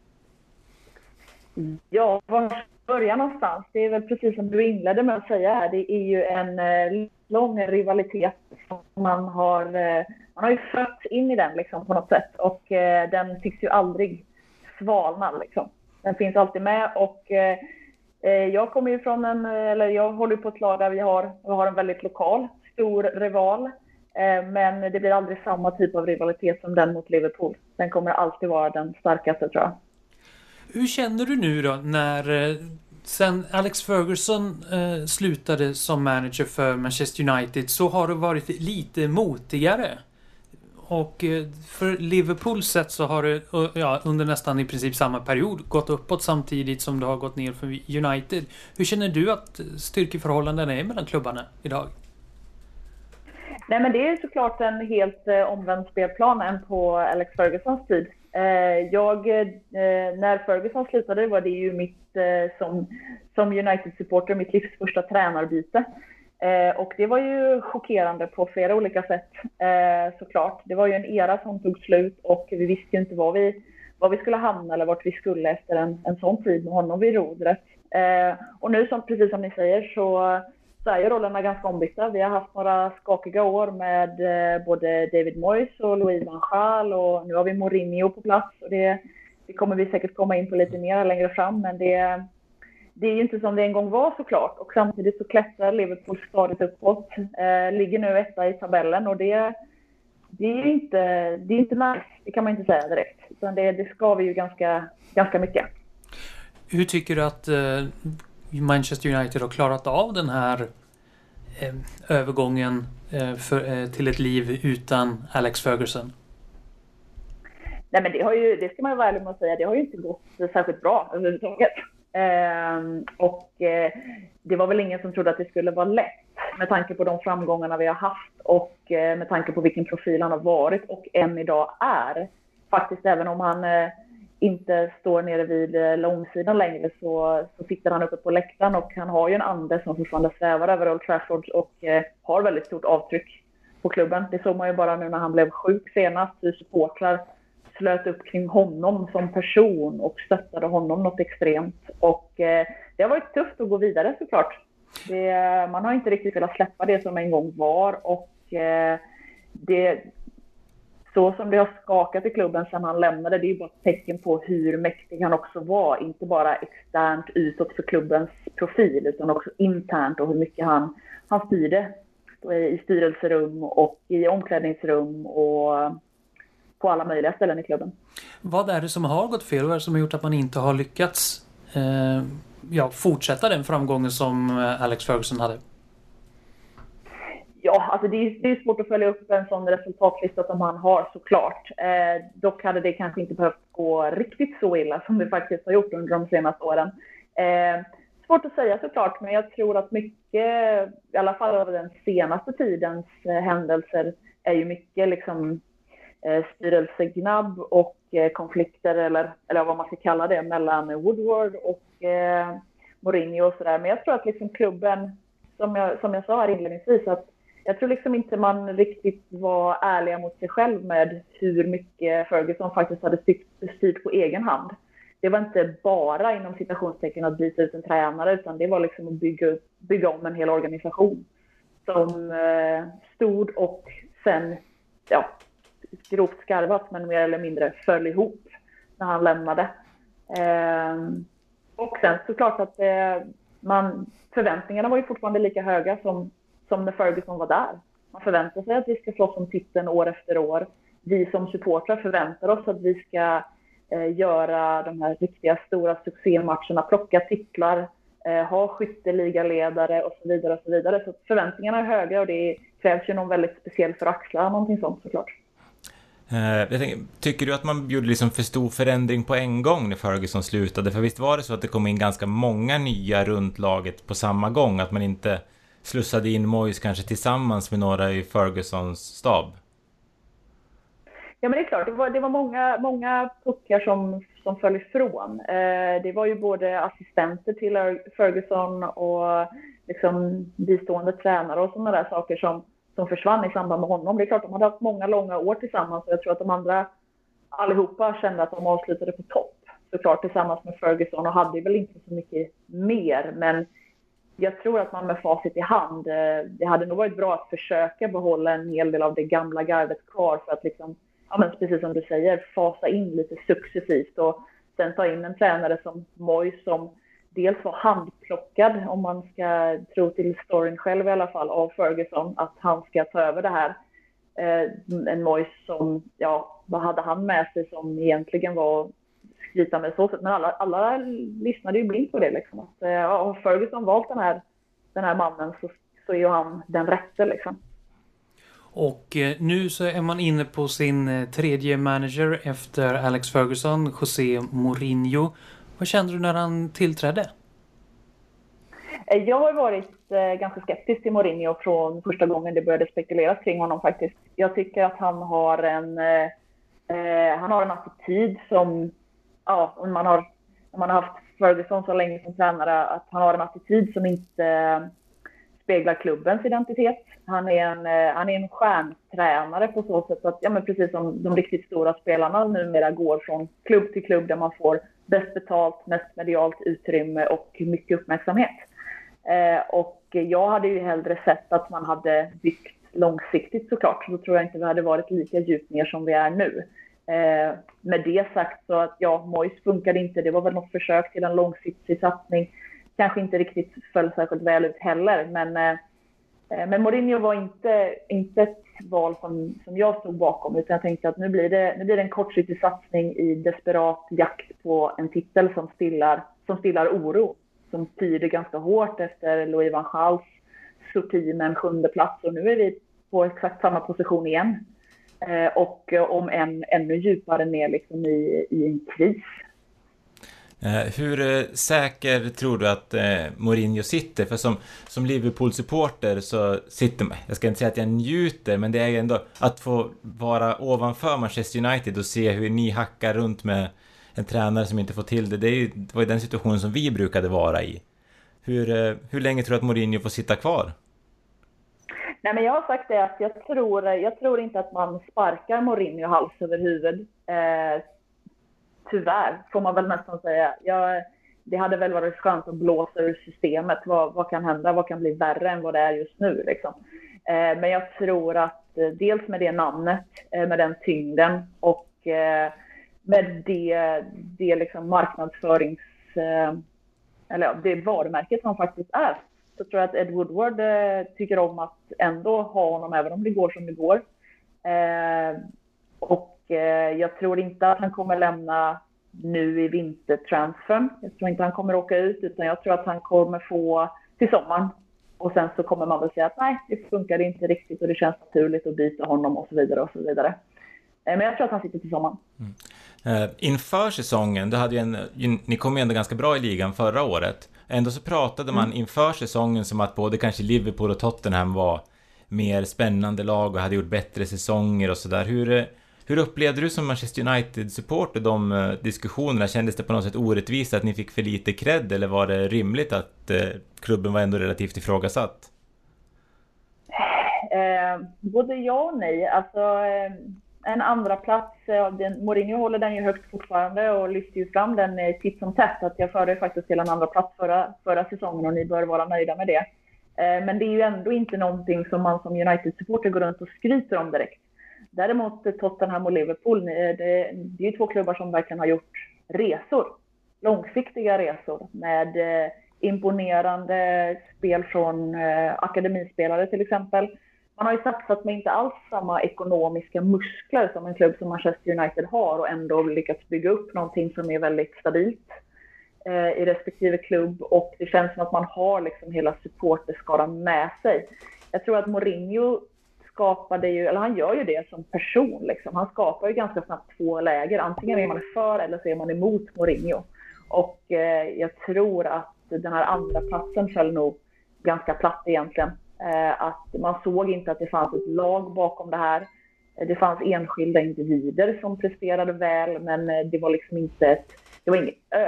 Ja, var ska jag börja någonstans? Det är väl precis som du inledde med att säga här. Det är ju en lång rivalitet som man har ju fött in i den liksom, på något sätt. Och den tycks ju aldrig svalna liksom. Den finns alltid med och jag kommer ju från jag håller på ett lag där vi har en väldigt lokal, stor rival. Men det blir aldrig samma typ av rivalitet som den mot Liverpool. Den kommer alltid vara den starkaste, tror jag. Hur känner du nu då när sen Alex Ferguson slutade som manager för Manchester United, så har det varit lite motigare? Och för Liverpools sätt så har det under nästan i princip samma period gått uppåt samtidigt som det har gått ner för United. Hur känner du att styrkeförhållandena är mellan klubbarna idag? Nej, men det är såklart en helt omvänd spelplan än på Alex Fergusons tid. När Ferguson slutade var det ju mitt som United-supporter mitt livs första tränarbyte. Och det var ju chockerande på flera olika sätt, såklart. Det var ju en era som tog slut och vi visste ju inte var vi skulle hamna eller vart vi skulle efter en sån tid med honom vid rodret. Och nu, precis som ni säger, så är ju rollerna ganska ombytta. Vi har haft några skakiga år med både David Moyes och Louis van Gaal, och nu har vi Mourinho på plats. Och det kommer vi säkert komma in på lite mer längre fram, men det är ju inte som det en gång var, såklart. Och samtidigt så klättrar Liverpool stadigt uppåt. Ligger nu etta i tabellen, och det är inte nice. Det kan man inte säga direkt. Utan det ska vi ju ganska mycket. Hur tycker du att Manchester United har klarat av den här övergången till ett liv utan Alex Ferguson? Nej, men det ska man ju vara ärlig med att säga, det har ju inte gått särskilt bra överhuvudtaget. Det var väl ingen som trodde att det skulle vara lätt med tanke på de framgångarna vi har haft och med tanke på vilken profil han har varit och än idag är. Faktiskt, även om han inte står nere vid långsidan längre, så sitter han uppe på läktaren, och han har ju en ande som fortfarande svävar över Old Trafford och har väldigt stort avtryck på klubben. Det såg man ju bara nu när han blev sjuk senast. Supportrar slöt upp kring honom som person och stöttade honom något extremt. Och det har varit tufft att gå vidare, såklart. Man har inte riktigt velat släppa det som en gång var, och så som det har skakat i klubben sedan han lämnade, det är ju bara ett tecken på hur mäktig han också var. Inte bara externt utåt för klubbens profil, utan också internt, och hur mycket han styrde i styrelserum och i omklädningsrum och på alla möjliga ställen i klubben. Vad är det som har gått fel? Vad är det som har gjort att man inte har lyckats fortsätta den framgången som Alex Ferguson hade? Ja, alltså det är svårt att följa upp en sån resultatlista som han har, såklart. Dock hade det kanske inte behövt gå riktigt så illa som det faktiskt har gjort under de senaste åren. Svårt att säga, såklart, men jag tror att mycket, i alla fall över den senaste tidens händelser, är ju mycket liksom styrelsegnabb och konflikter, eller vad man ska kalla det, mellan Woodward och Mourinho och sådär. Men jag tror att liksom klubben, som jag sa här inledningsvis, att jag tror liksom inte man riktigt var ärliga mot sig själv med hur mycket Ferguson faktiskt hade styrt på egen hand. Det var inte bara inom citationstecken att byta ut en tränare, utan det var liksom att bygga om en hel organisation som stod och sen, grovt skarvat, men mer eller mindre föll ihop när han lämnade. Och sen såklart att förväntningarna var ju fortfarande lika höga som när Ferguson var där. Man förväntar sig att vi ska slåss om titeln år efter år. Vi som supportrar förväntar oss att vi ska göra de här riktiga stora succématcherna, plocka titlar, ha skytteligaledare och så vidare och så vidare. Så förväntningarna är höga, och det krävs ju någon väldigt speciell för att axla någonting sånt, såklart. Tycker du att man gjorde liksom för stor förändring på en gång när Ferguson slutade? För visst var det så att det kom in ganska många nya runt laget på samma gång? Att man inte slussade in Moyes kanske tillsammans med några i Fergusons stab? Ja, men det är klart. Det var många puckar som föll ifrån. Det var ju både assistenter till Ferguson och liksom bistående tränare och sådana där saker som försvann i samband med honom. Det är klart, de hade haft många långa år tillsammans och jag tror att de andra allihopa kände att de avslutade på topp. Såklart tillsammans med Ferguson och hade väl inte så mycket mer. Men jag tror att man med facit i hand, det hade nog varit bra att försöka behålla en hel del av det gamla gardet kvar för att liksom, ja, men precis som du säger, fasa in lite successivt och sen ta in en tränare som Moyes som dels var handplockad, om man ska tro till storyn själv i alla fall, av Ferguson, att han ska ta över det här. En Moyes som, ja, vad hade han med sig som egentligen var skryta med så sätt. Men alla lyssnade ju blint på det liksom. Att, har Ferguson valt den här mannen så är ju han den rätte liksom. Och nu så är man inne på sin tredje manager efter Alex Ferguson, José Mourinho. Vad kände du när han tillträdde? Jag har varit ganska skeptisk till Mourinho från första gången det började spekuleras kring honom faktiskt. Jag tycker att han har en attityd som, ja, om man har haft Ferguson så länge som tränare, att han har en attityd som inte speglar klubbens identitet. Han är en stjärntränare på så sätt att, ja, men precis som de riktigt stora spelarna numera går från klubb till klubb där man får bäst betalt, mest medialt utrymme och mycket uppmärksamhet. Och jag hade ju hellre sett att man hade byggt långsiktigt såklart. Då tror jag inte vi hade varit lika djupt ner som vi är nu. Med det sagt så att ja, Moyes funkade inte. Det var väl något försök till en långsiktig satsning. Kanske inte riktigt föll särskilt väl ut heller. Men Mourinho var inte ett val som jag stod bakom. Utan jag tänkte att nu blir det en kortsiktig satsning i desperat jakt på en titel som stillar oro. Som tyder ganska hårt efter Louis van Gaals sorti med en 7:e plats. Och nu är vi på exakt samma position igen. Och om ännu djupare ner liksom i en kris. Hur säker tror du att Mourinho sitter? För som Liverpool-supporter så sitter man, jag ska inte säga att jag njuter, men det är ändå att få vara ovanför Manchester United och se hur ni hackar runt med en tränare som inte får till det. Det var ju den situationen som vi brukade vara i. Hur länge tror du att Mourinho får sitta kvar? Nej, men jag har sagt det att jag tror inte att man sparkar Mourinho hals över huvud. Tyvärr får man väl nästan säga. Det hade väl varit skönt att blåsa ur systemet. Vad kan hända? Vad kan bli värre än vad det är just nu? Liksom. Men jag tror att dels med det namnet, med den tyngden och med det liksom marknadsförings... eller ja, det varumärket som faktiskt är. Så tror jag att Ed Woodward tycker om att ändå ha honom även om det går som det går. Och jag tror inte att han kommer lämna nu i vintertransfern. Jag tror inte han kommer åka ut, utan jag tror att han kommer få till sommaren. Och sen så kommer man väl säga att nej, det funkar inte riktigt och det känns naturligt att byta honom och så vidare och så vidare. Men jag tror att han sitter till sommaren. Inför säsongen, ni kom ju ändå ganska bra i ligan förra året. Ändå så pratade man inför säsongen som att både kanske Liverpool och Tottenham var mer spännande lag och hade gjort bättre säsonger och sådär. Hur upplevde du som Manchester United-supporter de diskussionerna? Kändes det på något sätt orättvist att ni fick för lite cred, eller var det rimligt att klubben var ändå relativt ifrågasatt? Både ja och nej. Alltså, en andra plats, Mourinho håller den ju högt fortfarande och lyfter ju fram den titt som tätt. Att jag förde faktiskt till en andra plats förra säsongen och ni bör vara nöjda med det. Men det är ju ändå inte någonting som man som United-supporter går runt och skryter om direkt. Däremot Tottenham och Liverpool, det är ju två klubbar som verkligen har gjort resor. Långsiktiga resor med imponerande spel från akademispelare till exempel. Man har ju satsat med inte alls samma ekonomiska muskler som en klubb som Manchester United har och ändå lyckats bygga upp någonting som är väldigt stabilt i respektive klubb. Och det känns som att man har liksom hela supporterskaran med sig. Jag tror att Mourinho skapade ju, eller han gör ju det som person liksom. Han skapar ju ganska snabbt två läger. Antingen är man för eller så är man emot Mourinho. Och jag tror att den här andra platsen föll nog ganska platt egentligen. Att man såg inte att det fanns ett lag bakom det här. Det fanns enskilda individer som presterade väl, men det var liksom inte det var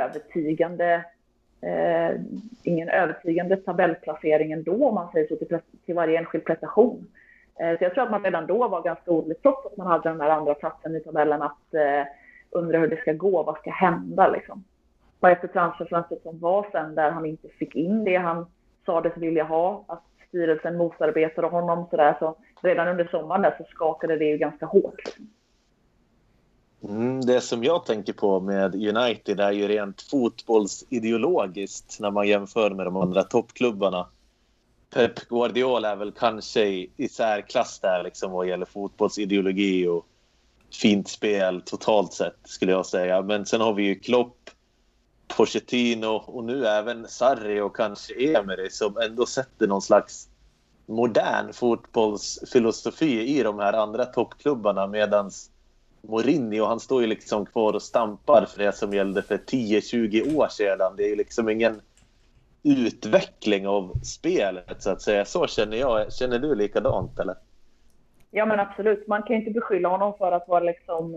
ingen övertygande tabellplacering ändå, om man säger så, till varje enskild prestation. Så jag tror att man redan då var ganska orolig, trots att man hade den där andra platsen i tabellen, att undra hur det ska gå, vad ska hända liksom. Och efter transferfönstret som var sen, där han inte fick in det han sades vilja ha, att styrelsen motarbetade honom så redan under sommaren där så skakade det ju ganska hårt. Det som jag tänker på med United är ju rent fotbollsideologiskt när man jämför med de andra toppklubbarna. Pep Guardiola är väl kanske i särklass där liksom vad gäller fotbollsideologi och fint spel totalt sett, skulle jag säga. Men sen har vi ju Klopp, Pochettino och nu även Sarri och kanske Emery som ändå sätter någon slags modern fotbollsfilosofi i de här andra toppklubbarna, medans Mourinho, han står ju liksom kvar och stampar för det som gällde för 10-20 år sedan. Det är ju liksom ingen utveckling av spelet så att säga. Så känner jag. Känner du likadant eller? Ja men absolut. Man kan ju inte beskylla honom för att vara liksom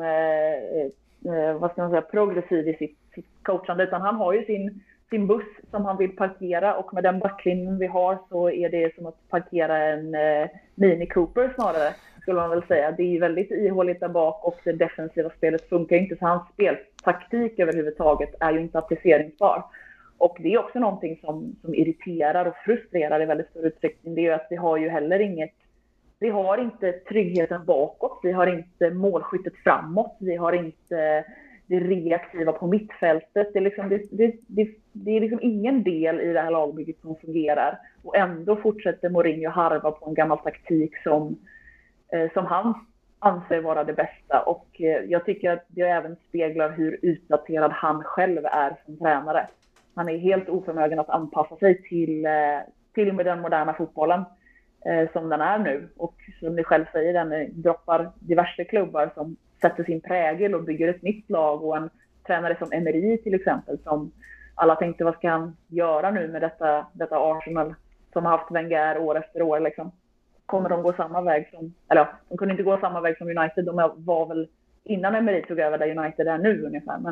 vad ska man säga, progressiv i sitt coachande, utan han har ju sin buss som han vill parkera, och med den backlinjen vi har så är det som att parkera en Mini Cooper snarare, skulle man väl säga. Det är ju väldigt ihåligt där bak och det defensiva spelet funkar inte, så hans speltaktik överhuvudtaget är ju inte appliceringsbar. Och det är också någonting som irriterar och frustrerar i väldigt stor utsträckning. Det är ju att vi har ju heller vi har inte tryggheten bakåt, vi har inte målskyttet framåt, vi har inte det reaktiva på mittfältet. Det är liksom ingen del i det här lagbygget som fungerar. Och ändå fortsätter Mourinho harva på en gammal taktik som han anser vara det bästa. Och jag tycker att det även speglar hur utdaterad han själv är som tränare. Han är helt oförmögen att anpassa sig till den moderna fotbollen som den är nu. Och som ni själv säger, den droppar diverse klubbar som sätter sin prägel och bygger ett nytt lag. Och en tränare som Emery till exempel, som alla tänkte, vad ska han göra nu med detta Arsenal som har haft Wenger år efter år liksom. Kommer de gå samma väg de kunde inte gå samma väg som United, de var väl innan Emery tog över där United är nu ungefär, men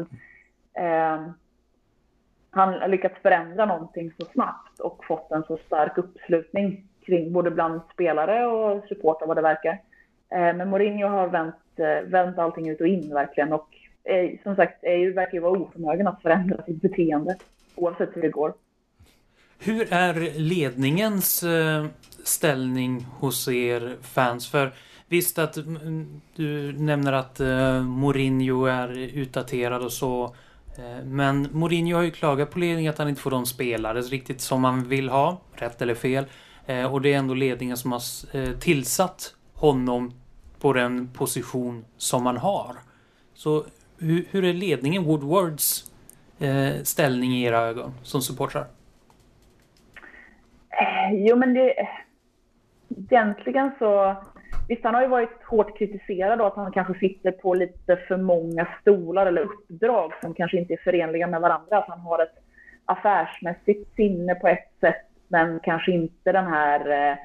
han har lyckats förändra någonting så snabbt och fått en så stark uppslutning kring både bland spelare och supportrar vad det verkar. Men Mourinho har vänt allting ut och in verkligen, och som sagt verkar ju vara oförmögen att förändra sitt beteende oavsett hur det går. Hur är ledningens ställning hos er fans? För visst att du nämner att Mourinho är utdaterad och så, men Mourinho har ju klagat på ledningen att han inte får de spelare riktigt som man vill ha, rätt eller fel. Och det är ändå ledningen som har tillsatt honom på den position som man har. Så hur är ledningen, Woodwards ställning i era ögon som supportrar? Jo, men egentligen så, visst, han har ju varit hårt kritiserad då, att han kanske sitter på lite för många stolar eller uppdrag som kanske inte är förenliga med varandra. Att han har ett affärsmässigt sinne på ett sätt, men kanske inte den här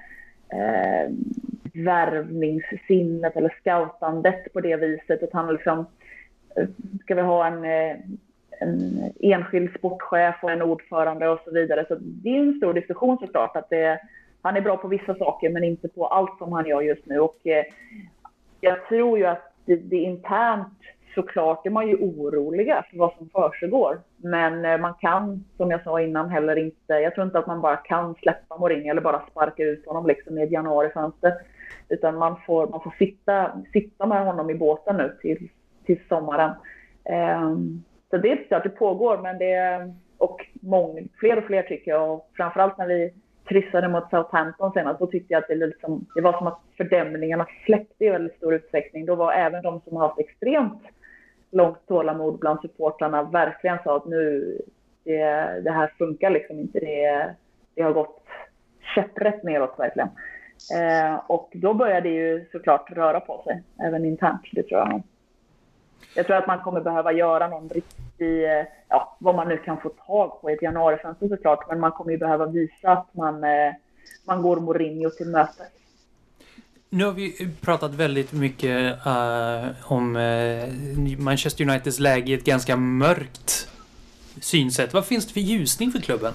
värvningssinnet eller scoutandet på det viset. Att han liksom, ska vi ha en enskild sportchef och en ordförande och så vidare. Så det är en stor diskussion såklart, att han är bra på vissa saker men inte på allt som han gör just nu. Och jag tror ju att det internt, såklart är man ju oroliga för vad som försiggår. Men man kan, som jag sa innan, heller inte, jag tror inte att man bara kan släppa Mourinho eller bara sparka ut honom liksom i ett januarifönster. Utan man får sitta med honom i båten nu till sommaren. Så det är klart, det pågår, men och fler och fler tycker jag, och framförallt när vi kryssade mot Southampton senast, då tyckte jag att det var som att fördämningarna släckte i väldigt stor utsträckning. Då var även de som har haft extremt långt tålamod bland supportrarna verkligen sa att nu det här funkar liksom inte, det har gått käpprätt neråt verkligen. Och då börjar det ju såklart röra på sig, även internt, det tror jag. Jag tror att man kommer behöva göra någon riktig, vad man nu kan få tag på i ett januarifönster såklart, men man kommer ju behöva visa att man går Mourinho till möte. Nu har vi pratat väldigt mycket om Manchester Uniteds läge i ett ganska mörkt synsätt. Vad finns det för ljusning för klubben?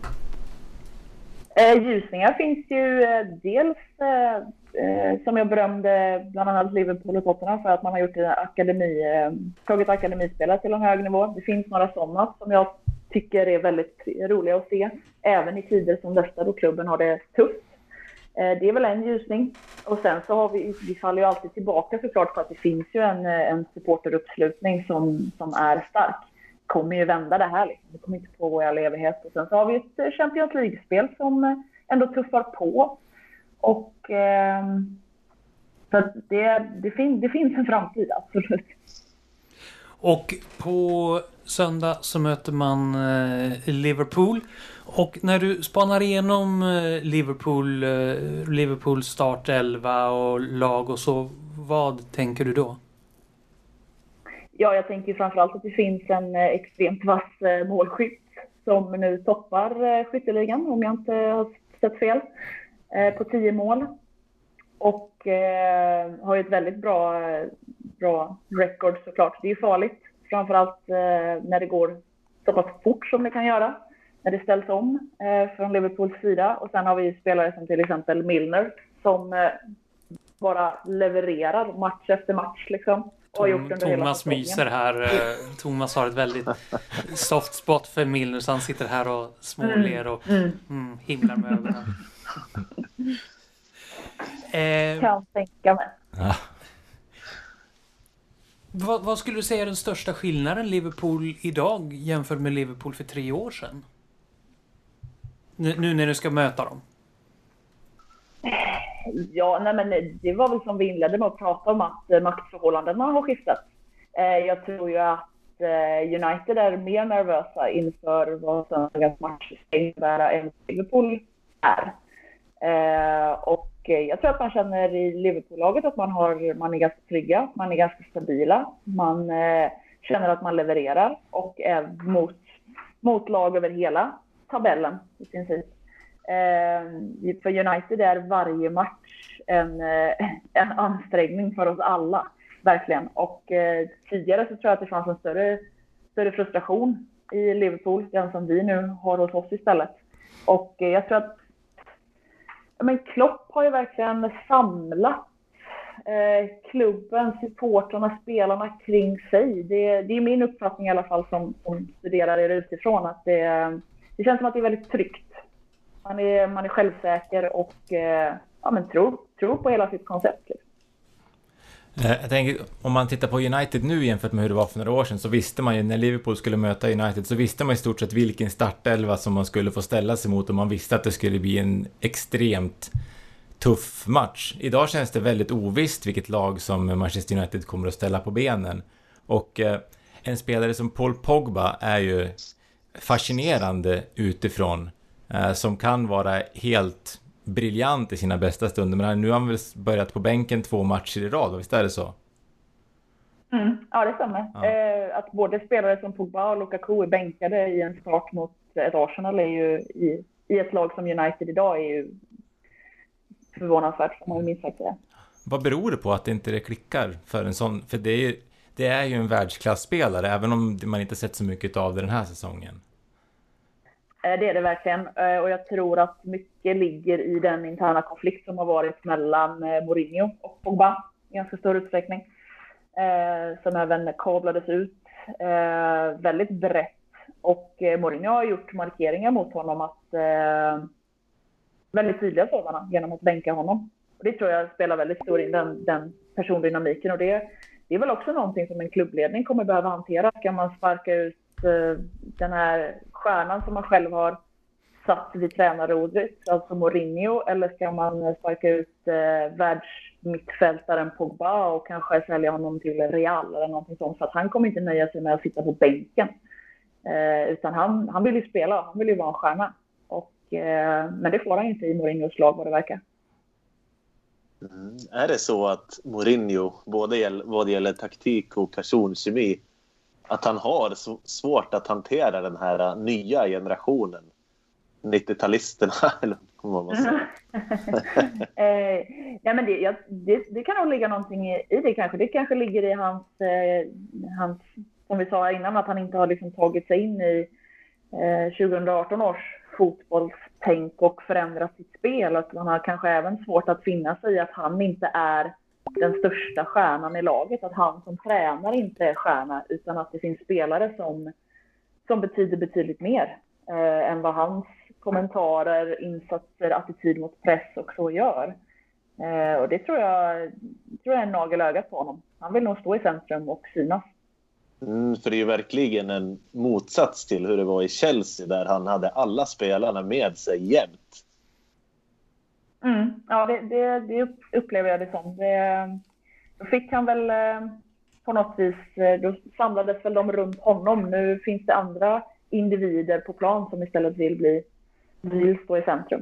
Ljusningar finns ju dels som jag berömde bland annat Liverpool och Tottenham för att man har gjort tagit akademispelare till en hög nivå. Det finns några sådana som jag tycker är väldigt roliga att se, även i tider som dessa då klubben har det tufft. Det är väl en ljusning. Och sen så har vi faller ju alltid tillbaka såklart för att det finns ju en supporteruppslutning som är stark. Kommer ju vända det här liksom. Det kommer inte pågå i all evighet. Och sen så har vi ett Champions League-spel som ändå tuffar på. Och så att det finns en framtid, absolut. Och på söndag så möter man Liverpool. Och när du spanar igenom Liverpool startelva och lag och så, vad tänker du då? Ja, jag tänker framförallt att det finns en extremt vass målskytt som nu toppar skytteligan, om jag inte har sett fel, på 10 mål. Och har ju ett väldigt bra record såklart. Det är ju farligt, framförallt när det går så pass fort som det kan göra. När det ställs om från Liverpools sida. Och sen har vi spelare som till exempel Milner som bara levererar match efter match liksom. Thomas myser här. Thomas har ett väldigt soft spot för Milner, så han sitter här och småler och himlar med ögonen. Kan tänka mig. Ja. Vad skulle du säga är den största skillnaden Liverpool idag jämfört med Liverpool för 3 år sedan? Nu när du ska möta dem. Ja, nej men det var väl som vi inledde med att prata om att maktförhållandena har skiftat. Jag tror ju att United är mer nervösa inför vad söndagens match ska innebära än Liverpool är. Och jag tror att man känner i Liverpool-laget att man är ganska trygga, man är ganska stabila, man känner att man levererar och är mot lag över hela tabellen i princip. För United är varje match en ansträngning för oss alla, verkligen. Och tidigare så tror jag att det fanns en större frustration i Liverpool, den som vi nu har hos oss istället. Och jag tror att Klopp har ju verkligen samlat klubben, supporterna, spelarna kring sig. Det är min uppfattning i alla fall som studerar det utifrån, att det känns som att det är väldigt tryggt. Man är självsäker och tror på hela sitt koncept. Jag tänker, om man tittar på United nu jämfört med hur det var för några år sedan, så visste man ju när Liverpool skulle möta United, så visste man i stort sett vilken startelva som man skulle få ställa sig mot, och man visste att det skulle bli en extremt tuff match. Idag känns det väldigt ovisst vilket lag som Manchester United kommer att ställa på benen. Och en spelare som Paul Pogba är ju fascinerande utifrån, som kan vara helt briljant i sina bästa stunder, men nu har han väl börjat på bänken 2 matcher i rad, visst är det så? Ja, det stämmer. Ja. Att både spelare som Pogba och Lukaku är bänkade i en start mot ett Arsenal är ju i ett lag som United idag är ju förvånansvärt, som man minst sagt säga. Vad beror det på att det inte klickar för en sån? För det är ju en världsklasspelare, även om man inte sett så mycket av det den här säsongen. Det är det verkligen. Och jag tror att mycket ligger i den interna konflikt som har varit mellan Mourinho och Pogba i ganska stor utsträckning. Som även kablades ut väldigt brett. Och Mourinho har gjort markeringar mot honom, att väldigt tydliga sådana, genom att bänka honom. Och det tror jag spelar väldigt stor in, den persondynamiken. Och det är väl också någonting som en klubbledning kommer behöva hantera. Ska man sparka ut den här stjärnan som man själv har satt vid tränarrodret, alltså Mourinho, eller ska man sparka ut världsmittfältaren Pogba och kanske sälja honom till Real eller någonting sånt, för att han kommer inte nöja sig med att sitta på bänken, utan han vill ju spela, han vill ju vara en stjärna, och men det får han inte i Mourinhos lag, vad det verkar. Är det så att Mourinho, både vad det gäller taktik och personkemi, att han har så svårt att hantera den här nya generationen, 90-talisterna eller vad man säger? Ja, men det kan nog ligga någonting i det kanske. Det kanske ligger i hans som vi sa innan, att han inte har liksom tagit sig in i 2018 års fotbollstänk och förändrat sitt spel. Att han har kanske även svårt att finna sig i att han inte är den största stjärnan i laget. Att han som tränare inte är stjärna, utan att det finns spelare som betyder betydligt mer än vad hans kommentarer, insatser, attityd mot press och så gör. Och det tror jag är en nagelögat på honom. Han vill nog stå i centrum och synas. För det är ju verkligen en motsats till hur det var i Chelsea, där han hade alla spelarna med sig jämt. Ja, det upplever jag det som. Då fick han väl på något vis, då samlades väl de runt honom. Nu finns det andra individer på plan som istället vill stå i centrum.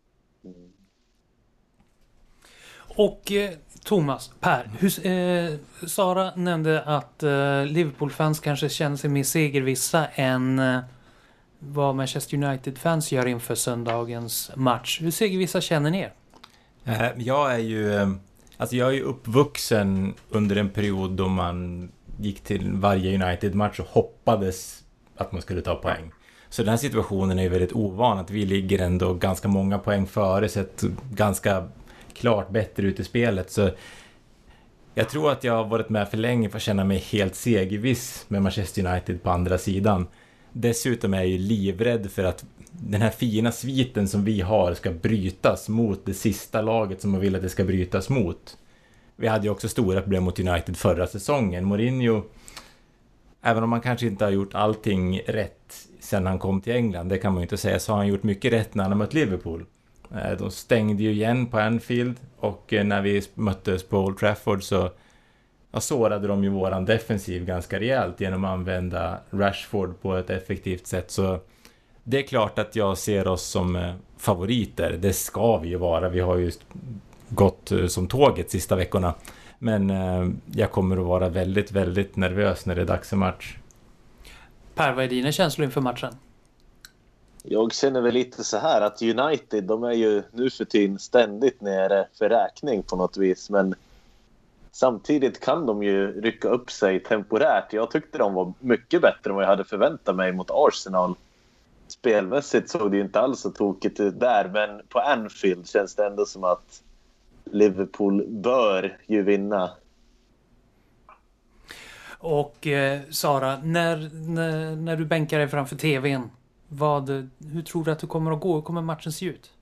Och Thomas, Per, Sara nämnde att Liverpool-fans kanske känner sig mer segervissa än vad Manchester United-fans gör inför söndagens match. Hur segervissa känner ni er? Jag är ju uppvuxen under en period då man gick till varje United-match och hoppades att man skulle ta poäng. Så den här situationen är ju väldigt ovan, att vi ligger ändå ganska många poäng före, sett ganska klart bättre ut i spelet. Så jag tror att jag har varit med för länge för att känna mig helt segerviss med Manchester United på andra sidan. Dessutom är jag ju livrädd för att den här fina sviten som vi har ska brytas mot det sista laget som man vill att det ska brytas mot. Vi hade ju också stora problem mot United förra säsongen. Mourinho, även om man kanske inte har gjort allting rätt sen han kom till England, det kan man ju inte säga, så har han gjort mycket rätt när han har mött Liverpool. De stängde ju igen på Anfield, och när vi möttes på Old Trafford så sårade de ju våran defensiv ganska rejält genom att använda Rashford på ett effektivt sätt. Så det är klart att jag ser oss som favoriter. Det ska vi ju vara. Vi har ju gått som tåget sista veckorna. Men jag kommer att vara väldigt, väldigt nervös när det är dags för match. Per, vad är dina känslor inför matchen? Jag känner väl lite så här att United, de är ju nu för tiden ständigt nere för räkning på något vis. Men samtidigt kan de ju rycka upp sig temporärt. Jag tyckte de var mycket bättre än vad jag hade förväntat mig mot Arsenal. Spelmässigt såg det ju inte alls så tokigt ut där. Men på Anfield känns det ändå som att Liverpool bör ju vinna. Och Sara, när du bänkar dig framför tvn, hur tror du att du kommer att gå? Hur kommer matchen se ut?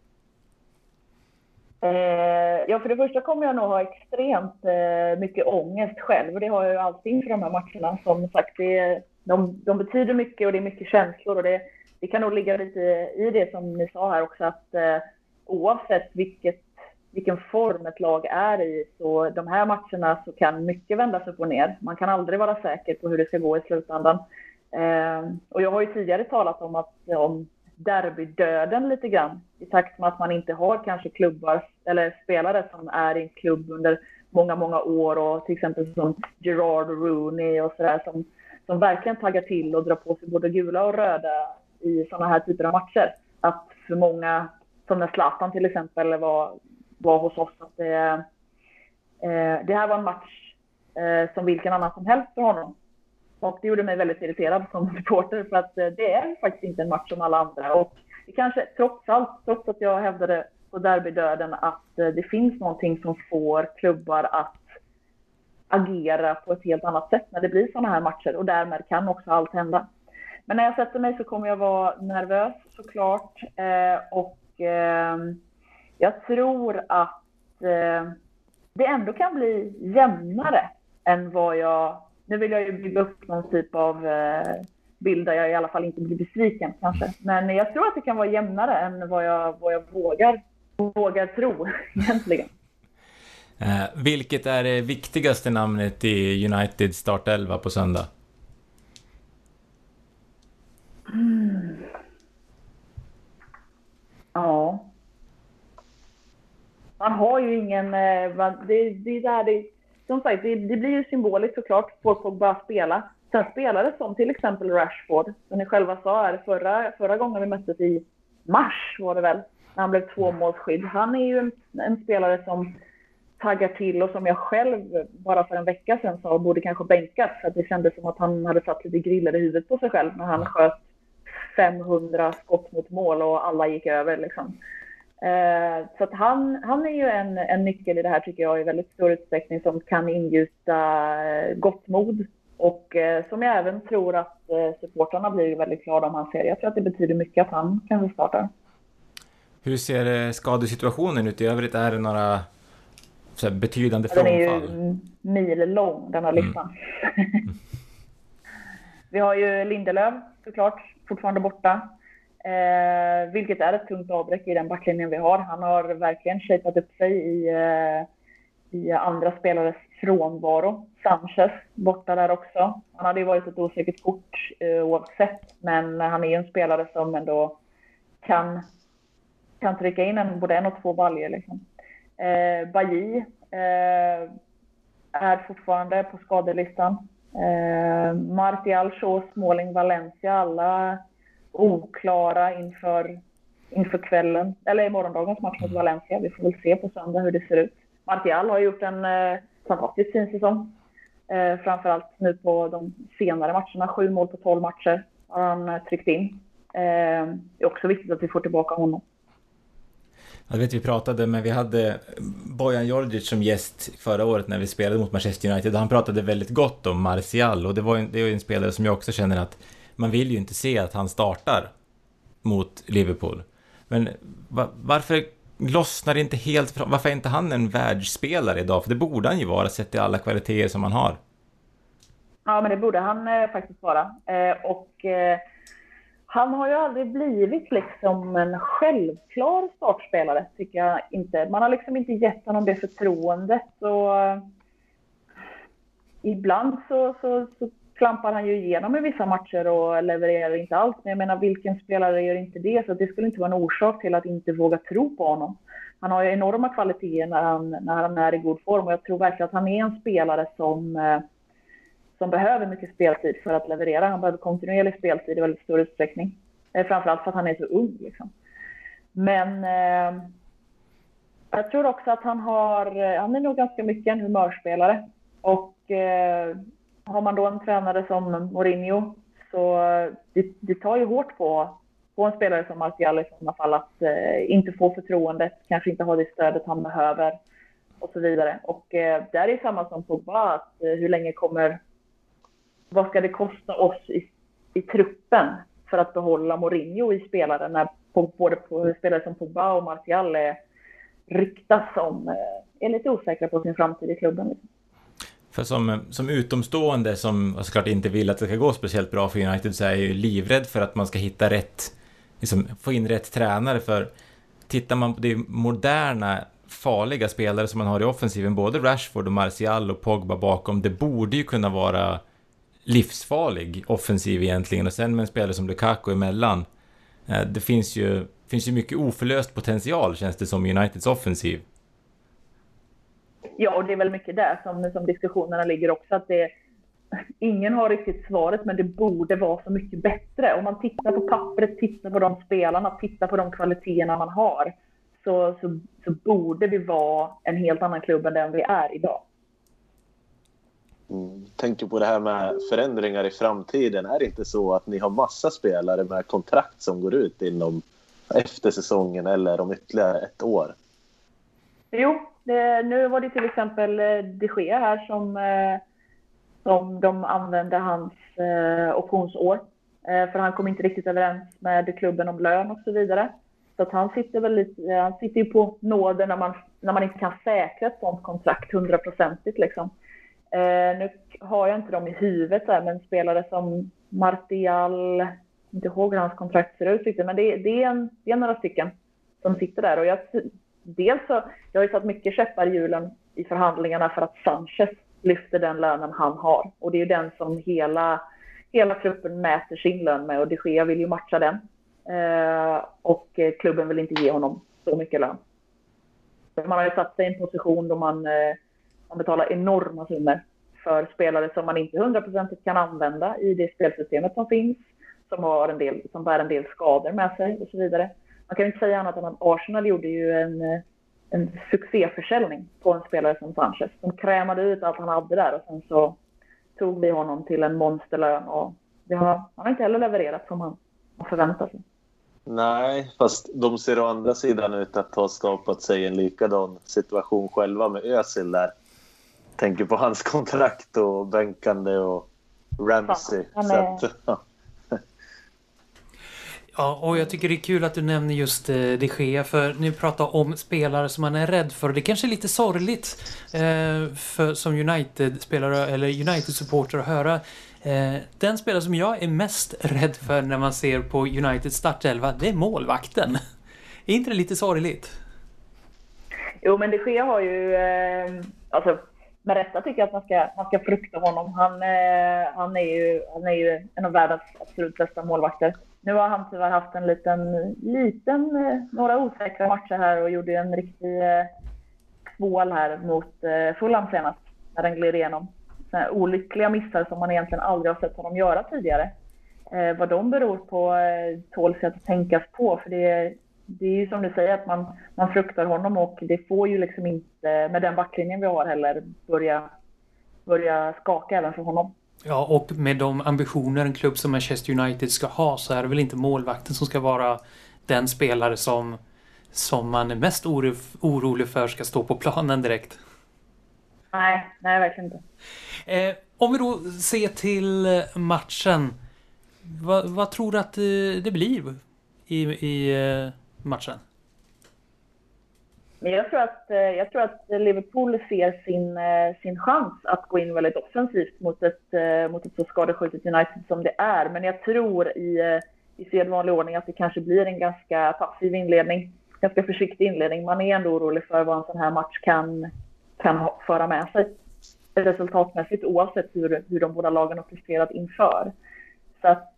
Ja, för det första kommer jag nog ha extremt mycket ångest själv. Och det har jag ju alltid inför de här matcherna. Som sagt, de betyder mycket och det är mycket känslor. Och det kan nog ligga lite i det som ni sa här också. Att oavsett vilken form ett lag är i, så de här matcherna så kan mycket vändas upp och ner. Man kan aldrig vara säker på hur det ska gå i slutändan. Och jag har ju tidigare talat om derbydöden lite grann, i takt med att man inte har kanske klubbar eller spelare som är i en klubb under många, många år, och till exempel som Gerrard och Rooney och sådär, som verkligen taggar till och drar på sig både gula och röda i sådana här typer av matcher. Att för många, som när Zlatan till exempel var hos oss, att det här var en match som vilken annan som helst för honom. Och det gjorde mig väldigt irriterad som supporter, för att det är faktiskt inte en match som alla andra. Och det kanske trots att jag hävdade på derbydöden att det finns någonting som får klubbar att agera på ett helt annat sätt när det blir sådana här matcher. Och därmed kan också allt hända. Men när jag sätter mig så kommer jag vara nervös såklart. Och jag tror att det ändå kan bli jämnare än vad jag... Nu vill jag ju bygga upp någon typ av bild där jag i alla fall inte blir besviken kanske. Men jag tror att det kan vara jämnare än vad jag vågar tro egentligen. Vilket är det viktigaste namnet i United startelva på söndag? Ja, man har ju ingen... Som sagt, det blir ju symboliskt såklart för Pogba att spela. Sen spelare som till exempel Rashford, som ni själva sa här, förra gången vi möttes i mars var det väl, när han blev 2-målsskydd. Han är ju en spelare som taggar till och som jag själv bara för en vecka sedan sa borde kanske bänkas, för att det kändes som att han hade satt lite grillor i huvudet på sig själv när han sköt 500 skott mot mål och alla gick över liksom. Så att han är ju en nyckel i det här, tycker jag, i väldigt stor utsträckning, som kan ingjuta gott mod och som jag även tror att supportarna blir väldigt glada om han ser. Jag tror att det betyder mycket att han kan starta. Hur ser skadesituationen ut i övrigt? Är det några så här betydande frånfall? Den är ju mil lång, den här listan. Vi har ju Lindelöf såklart fortfarande borta. Vilket är ett tungt avbräck i den backlinjen vi har. Han har verkligen shapat upp sig i andra spelares frånvaro. Sanchez borta där också. Han hade ju varit ett osäkert kort oavsett, men han är ju en spelare som ändå kan trycka in både en och två baljer liksom. Bailly är fortfarande på skadelistan. Martial, Shaw, Smalling, Valencia, alla oklara inför kvällen, eller i morgondagens match mot Valencia. Vi får väl se på söndag hur det ser ut. Martial har gjort en fantastisk fin säsong. Framförallt nu på de senare matcherna. 7 mål på 12 matcher har han tryckt in. Det är också viktigt att vi får tillbaka honom. Jag vet, vi pratade, men vi hade Bojan Djordjic som gäst förra året när vi spelade mot Manchester United. Han pratade väldigt gott om Martial, och det är ju en spelare som jag också känner att man vill ju inte se att han startar mot Liverpool. Men varför lossnar det inte helt? Varför är inte han en världsspelare idag? För det borde han ju vara, sett till alla kvaliteter som han har. Ja, men det borde han faktiskt vara. Han har ju aldrig blivit liksom en självklar startspelare, tycker jag inte. Man har liksom inte gett honom det förtroendet. Och ibland så klampar han ju igenom i vissa matcher och levererar inte allt. Men jag menar, vilken spelare gör inte det? Så det skulle inte vara en orsak till att inte våga tro på honom. Han har ju enorma kvaliteter när han är i god form. Och jag tror verkligen att han är en spelare som behöver mycket speltid för att leverera. Han behöver kontinuerlig speltid i väldigt stor utsträckning. Framförallt för att han är så ung. Liksom. Men jag tror också att han är nog ganska mycket en humörspelare. Och har man då en tränare som Mourinho, så det tar ju hårt på en spelare som Martial i sådana fall att inte få förtroendet, kanske inte ha det stödet han behöver och så vidare. Och där är samma som Pogba, att hur länge vad ska det kosta oss i truppen för att behålla Mourinho i spelare när både spelare som Pogba och Martial ryktas som är lite osäkra på sin framtid i klubben. För som utomstående som såklart inte vill att det ska gå speciellt bra för United, så är jag ju livrädd för att man ska hitta få in rätt tränare. För tittar man på de moderna farliga spelare som man har i offensiven, både Rashford och Martial och Pogba bakom, det borde ju kunna vara livsfarlig offensiv egentligen. Och sen med en spelare som Lukaku emellan, det finns ju mycket oförlöst potential, känns det som, Uniteds offensiv. Ja, och det är väl mycket där som diskussionerna ligger också, att ingen har riktigt svaret, men det borde vara så mycket bättre. Om man tittar på pappret, tittar på de spelarna, tittar på de kvaliteterna man har, så borde vi vara en helt annan klubb än den vi är idag. Tänker på det här med förändringar i framtiden. Är det inte så att ni har massa spelare med kontrakt som går ut inom efter säsongen eller om ytterligare ett år? Jo, nu var det till exempel De Gea här som de använde hans optionsår. För han kom inte riktigt överens med klubben om lön och så vidare. Så att han sitter ju på nåden när man inte kan säkra ett sånt kontrakt 100%igt liksom. Nu har jag inte dem i huvudet där, men spelare som Martial, inte ihåg hur hans kontrakt ser ut, men det är några stycken som sitter där. Och jag har ju satt mycket käppar i hjulen i förhandlingarna för att Sanchez lyfter den lönen han har. Och det är ju den som hela truppen mäter sin lön med, och De Gea vill ju matcha den. Och klubben vill inte ge honom så mycket lön. Man har ju satt sig i en position då man betalar enorma summor för spelare som man inte 100% kan använda i det spelsystemet som finns, som bär en del skador med sig och så vidare. Man kan inte säga annat än att Arsenal gjorde ju en succéförsäljning på en spelare som Sanchez. De krämade ut allt han hade där och sen så tog vi honom till en monsterlön och han har inte heller levererat som han förväntat sig. Nej, fast de ser å andra sidan ut att ha skapat sig en likadan situation själva med Özil där. Tänker på hans kontrakt och bänkande och Ramsey. Ja, och jag tycker det är kul att du nämner just De Gea, för nu pratar om spelare som man är rädd för. Det kanske är lite sorgligt som United-spelare eller United-supporter att höra. Den spelare som jag är mest rädd för när man ser på United startelva, det är målvakten. Är inte det lite sorgligt? Jo, men De Gea har ju... alltså, med rätta tycker jag att man ska frukta honom. Han är ju en av världens absolut bästa målvakter. Nu har han tyvärr haft en liten några osäkra matcher här och gjorde en riktig tvål här mot Fulham senast när den gled igenom. Såna olyckliga missar som man egentligen aldrig har sett honom göra tidigare. Vad de beror på tål sig att tänkas på, för det är ju som du säger att man fruktar honom och det får ju liksom inte med den backlinjen vi har heller börja skaka även för honom. Ja, och med de ambitioner en klubb som Manchester United ska ha så är det väl inte målvakten som ska vara den spelare som man är mest orolig för ska stå på planen direkt. Nej, verkligen inte. Om vi då ser till matchen, vad tror du att det blir i matchen? Men jag tror att Liverpool ser sin chans att gå in väldigt offensivt mot ett så skadeskjutet United som det är. Men jag tror i sedvanlig ordning att det kanske blir en ganska passiv inledning. Ganska försiktig inledning. Man är ändå orolig för vad en sån här match kan föra med sig resultatmässigt, oavsett hur de båda lagen har presterat inför. Så att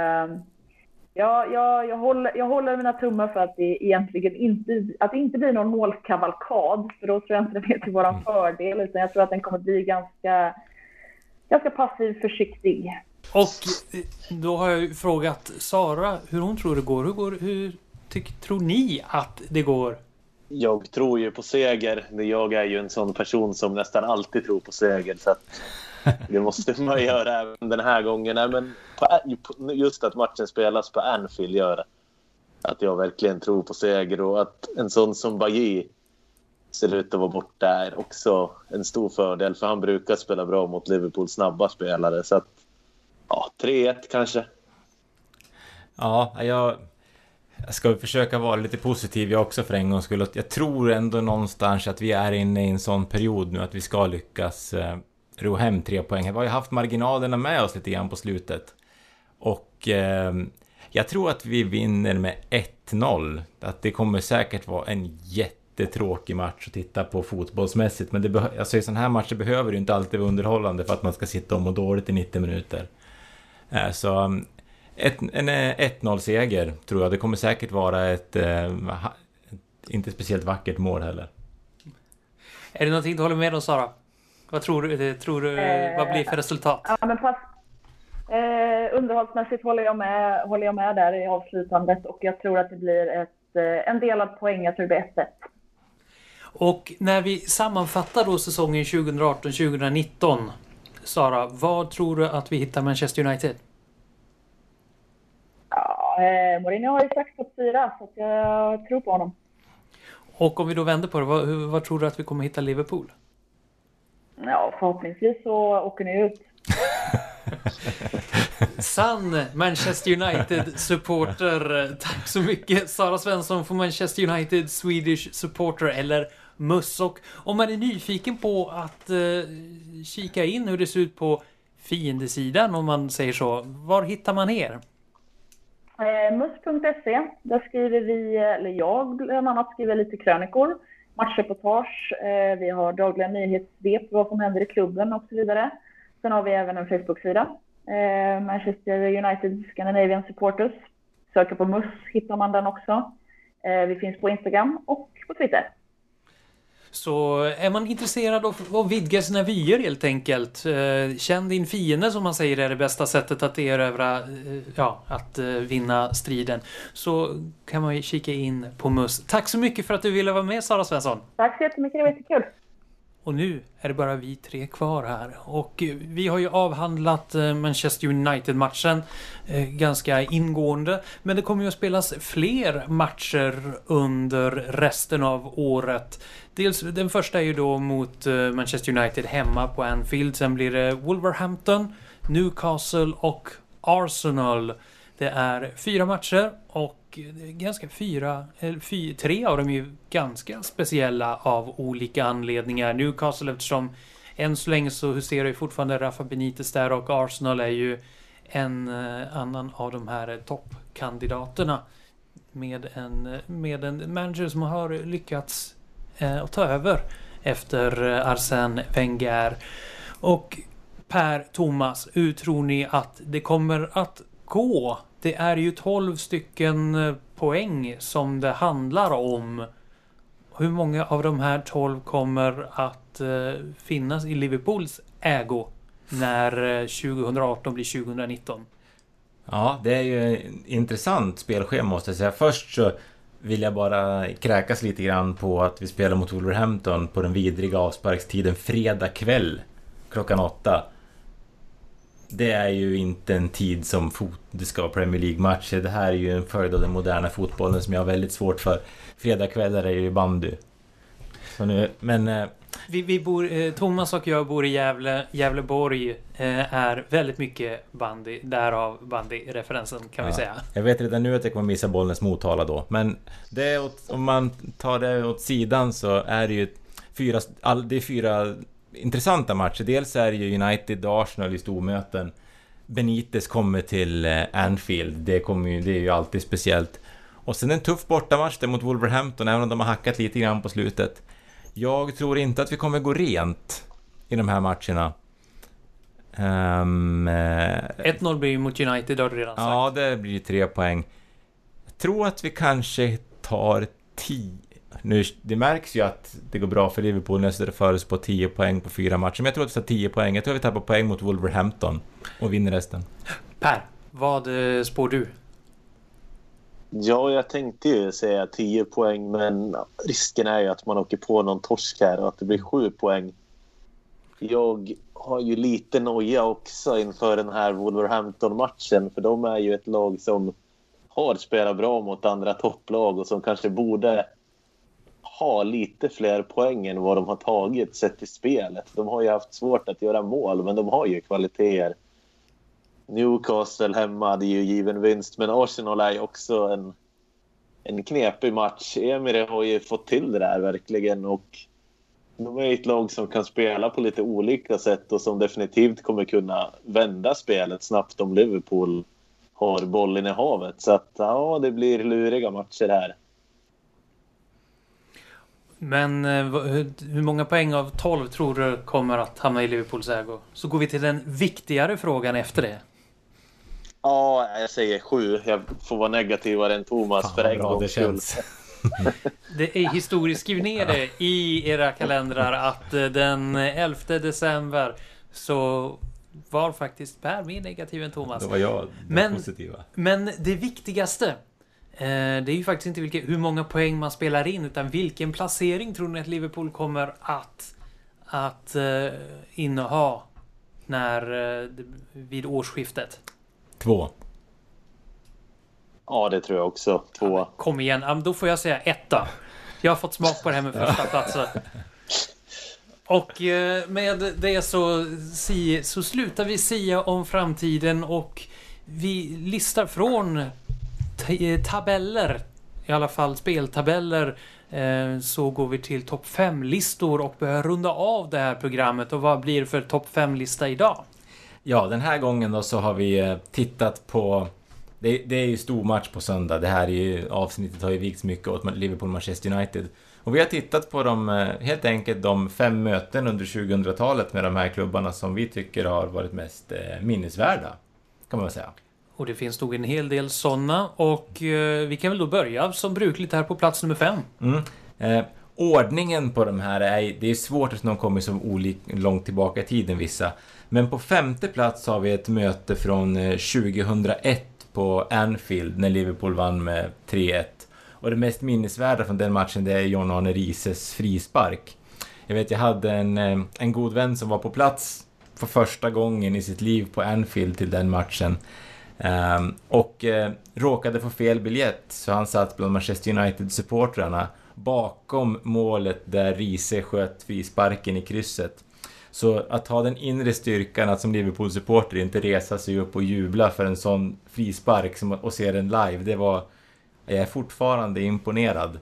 jag håller mina tummar för att det egentligen inte blir någon målkavalkad, för då tror jag inte det är till våran fördel, utan jag tror att den kommer bli ganska passiv, försiktig. Och då har jag ju frågat Sara hur hon tror det går. Hur tror ni att det går? Jag tror ju på seger. Jag är ju en sån person som nästan alltid tror på seger, så att det måste man göra även den här gången. Nej, men just att matchen spelas på Anfield gör att jag verkligen tror på seger, och att en sån som Bailly ser ut att vara borta är också en stor fördel, för han brukar spela bra mot Liverpools snabba spelare. Så att 3-1 kanske. Ja, jag ska försöka vara lite positiv jag också för en gångs skull. Jag tror ändå någonstans att vi är inne i en sån period nu att vi ska lyckas ro hem 3 poäng. Vi har ju haft marginalerna med oss lite grann på slutet. Och jag tror att vi vinner med 1-0. Att det kommer säkert vara en jättetråkig match att titta på fotbollsmässigt. Men alltså i sådana här matcher behöver det inte alltid vara underhållande för att man ska sitta och må dåligt i 90 minuter. Så en 1-0-seger tror jag. Det kommer säkert vara ett inte speciellt vackert mål heller. Är det någonting du håller med om, Sara? Vad tror du vad blir för resultat? Ja, men underhållsmässigt håller jag med där i avslutandet, och jag tror att det blir en delad poäng. Jag tror det blir 1-1. Och när vi sammanfattar då säsongen 2018-2019, Sara, vad tror du att vi hittar Manchester United? Mourinho har ju sagt topp 4, så jag tror på honom. Och om vi då vänder på det, vad tror du att vi kommer hitta Liverpool? Ja, förhoppningsvis så åker ni ut. Sann Manchester United-supporter. Tack så mycket, Sara Svensson från Manchester United Swedish Supporter, eller MUS. Och om man är nyfiken på att kika in hur det ser ut på fiendesidan, om man säger så, var hittar man er? mus.se, där skriver vi, eller jag bland annat skriver lite krönikor, matchreportage, vi har dagliga nyhetssvep, vad som händer i klubben och så vidare. Sen har vi även en Facebook-sida, Manchester United Scandinavian Supporters. Söker på MUS hittar man den också. Vi finns på Instagram och på Twitter. Så är man intresserad av att vidga sina vyer helt enkelt. Känn din fiende som man säger är det bästa sättet att erövra, att vinna striden. Så kan man ju kika in på MUS. Tack så mycket för att du ville vara med, Sara Svensson. Tack så jättemycket, det var jättekul. Och nu är det bara vi tre kvar här. Och vi har ju avhandlat Manchester United-matchen ganska ingående. Men det kommer ju att spelas fler matcher under resten av året. Dels, den första är ju då mot Manchester United hemma på Anfield. Sen blir det Wolverhampton, Newcastle och Arsenal. Det är 4 matcher och tre av dem är ju ganska speciella av olika anledningar. Newcastle, eftersom än så länge så huserar ju fortfarande Rafa Benitez där, och Arsenal är ju en annan av de här toppkandidaterna med en manager som har lyckats att ta över efter Arsène Wenger. Och Per, Thomas, hur tror ni att det kommer att gå? Det är ju 12 stycken poäng som det handlar om. Hur många av de här 12 kommer att finnas i Liverpools ägo när 2018 blir 2019? Ja, det är ju en intressant spelschema måste jag säga. Först så vill jag bara kräkas lite grann på att vi spelar mot Wolverhampton på den vidriga avsparkstiden fredag kväll klockan 8. Det är ju inte en tid som det ska vara Premier League-matcher. Det här är ju en följd av den moderna fotbollen som jag har väldigt svårt för. Fredagkvällar är ju bandy. Så nu, men vi bor, Thomas och jag bor i Gävleborg, är väldigt mycket bandy, därav bandy-referensen kan vi säga. Jag vet redan nu att jag kommer missa Bollnäs Motala då. Men om man tar det åt sidan så är det ju fyra intressanta matcher. Dels är det ju United och Arsenal i stormöten. Benitez kommer till Anfield. Det är ju alltid speciellt. Och sen en tuff bortamatch där mot Wolverhampton, även om de har hackat lite grann på slutet. Jag tror inte att vi kommer gå rent i de här matcherna. 1-0 blir mot United, har du redan sagt. Ja, det blir 3 poäng. Jag tror att vi kanske tar 10. Nu, det märks ju att det går bra för Liverpool när det förs på 10 poäng på 4 matcher. Men jag tror att vi tar 10 poäng. Jag tror att vi tappar poäng mot Wolverhampton och vinner resten. Per, vad spår du? Ja, jag tänkte ju säga 10 poäng, men risken är ju att man åker på någon torsk här och att det blir 7 poäng. Jag har ju lite noja också inför den här Wolverhampton-matchen, för de är ju ett lag som har spelat bra mot andra topplag och som kanske borde ha lite fler poäng än vad de har tagit sett i spelet. De har ju haft svårt att göra mål, men de har ju kvaliteter. Newcastle hemma, det är ju given vinst, men Arsenal är ju också en knepig match. Emre har ju fått till det där verkligen, och de är ett lag som kan spela på lite olika sätt och som definitivt kommer kunna vända spelet snabbt om Liverpool har bollen i havet. Så att ja, det blir luriga matcher här. Men hur många poäng av 12 tror du kommer att hamna i Liverpools ägo? Så går vi till den viktigare frågan efter det. Ja, jag säger 7. Jag får vara negativare än Thomas för en gångs skull. Det är historiskt, skriv ner det i era kalendrar att den 11 december så var faktiskt Per mer negativ än Thomas. Det var jag positiva. Men det viktigaste, det är ju faktiskt inte hur många poäng man spelar in, utan vilken placering tror ni att Liverpool kommer att inneha vid årsskiftet? 2. Ja, det tror jag också. 2. Ja, kom igen, då får jag säga 1 då. Jag har fått smak på det här med första platsen. Och med det så slutar vi sia om framtiden och vi listar från tabeller, i alla fall speltabeller, så går vi till topp 5-listor och börjar runda av det här programmet. Och vad blir det för topp 5-lista idag? Ja, den här gången då så har vi tittat på... Det är ju stor match på söndag. Det här är ju, avsnittet har ju vikts mycket åt Liverpool Manchester United. Och vi har tittat på helt enkelt de 5 möten under 2000-talet med de här klubbarna som vi tycker har varit mest minnesvärda, kan man säga. Och det finns nog en hel del sådana. Och vi kan väl då börja som brukligt här på plats nummer 5. ordningen på de här det är svårt att de kommer så långt tillbaka i tiden vissa. Men på 5:e plats har vi ett möte från 2001 på Anfield när Liverpool vann med 3-1. Och det mest minnesvärda från den matchen, det är John Arne Rises frispark. Jag hade en god vän som var på plats för första gången i sitt liv på Anfield till den matchen. Och råkade få fel biljett, så han satt bland Manchester United-supportrarna bakom målet där Riise sköt frisparken i krysset. Så att ha den inre styrkan att som Liverpool-supporter inte resa sig upp och jubla för en sån frispark och se den live, jag är fortfarande imponerad.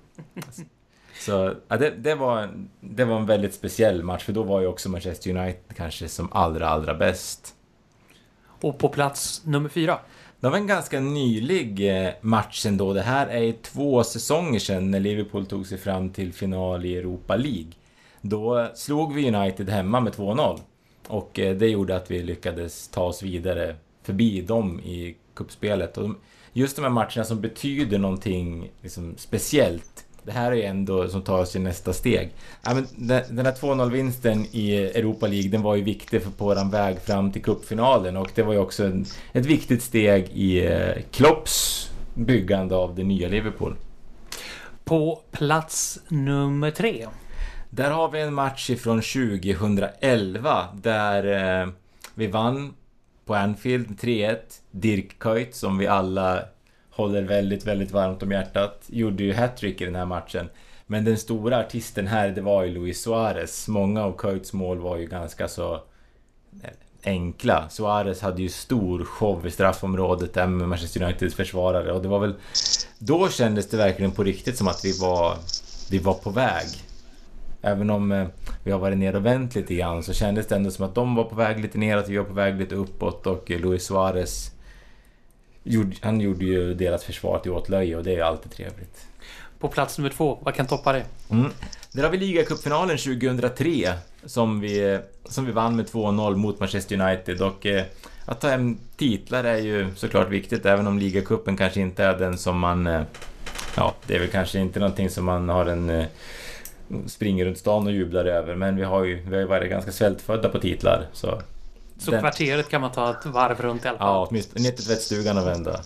Så ja, det var en väldigt speciell match, för då var ju också Manchester United kanske som allra bäst. Och på plats nummer 4? Det var en ganska nylig match ändå. Det här är 2 säsonger sedan när Liverpool tog sig fram till final i Europa League. Då slog vi United hemma med 2-0. Och det gjorde att vi lyckades ta oss vidare förbi dem i cupspelet. Och just de här matcherna som betyder någonting liksom speciellt. Det här är ändå som tar oss till nästa steg. Ja, men den här 2-0-vinsten i Europa League, den var ju viktig på vår väg fram till cupfinalen. Och det var ju också ett viktigt steg i Klopps byggande av det nya Liverpool. På plats nummer 3. Där har vi en match från 2011 där vi vann på Anfield 3-1. Dirk Kuyt, som vi alla håller väldigt, väldigt varmt om hjärtat, gjorde ju hattrick i den här matchen. Men den stora artisten här, det var ju Luis Suarez. Många av Kuyts mål var ju ganska så enkla. Suarez hade ju stor show i straffområdet där med Manchester Uniteds försvarare. Och det var väl, då kändes det verkligen på riktigt som att vi var på väg. Även om vi har varit ner och vänt lite grann, så kändes det ändå som att de var på väg lite neråt, vi var på väg lite uppåt. Och Luis Suarez, han gjorde ju deras försvar till åtlöje, och det är alltid trevligt. På plats nummer 2, vad kan toppa det? Där har vi ligacupfinalen 2003 som vi vann med 2-0 mot Manchester United. Och att ta hem titlar är ju såklart viktigt, även om ligacupen kanske inte är den som man... det är väl kanske inte någonting som man har springer runt stan och jublar över. Men vi har ju varit ganska svältfödda på titlar. Så kvarteret kan man ta ett varv runt i alla fall? Ja, åtminstone ner till tvättstugan och vända.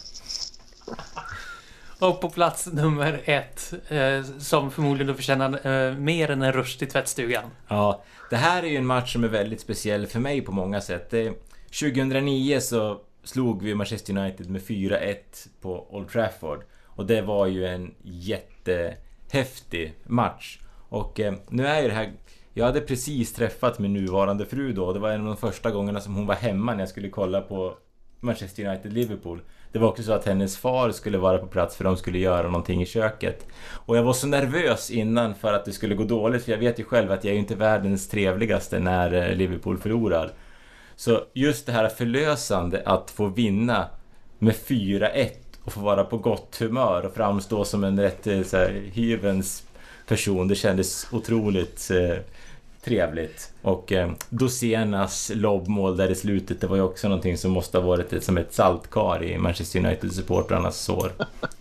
Och på plats nummer 1, som förmodligen då förtjänar mer än en rush till tvättstugan. Ja, det här är ju en match som är väldigt speciell för mig på många sätt. 2009 så slog vi Manchester United med 4-1 på Old Trafford. Och det var ju en jättehäftig match. Och nu är ju det här... Jag hade precis träffat min nuvarande fru då. Det var en av de första gångerna som hon var hemma när jag skulle kolla på Manchester United-Liverpool. Det var också så att hennes far skulle vara på plats för de skulle göra någonting i köket. Och jag var så nervös innan för att det skulle gå dåligt. För jag vet ju själv att jag är inte världens trevligaste när Liverpool förlorar. Så just det här förlösande att få vinna med 4-1 och få vara på gott humör och framstå som en rätt så här, hyvens person. Det kändes otroligt trevligt. Och Dosenas lobbmål där i slutet, det var ju också någonting som måste ha varit som ett saltkar i Manchester United-supportrarnas sår.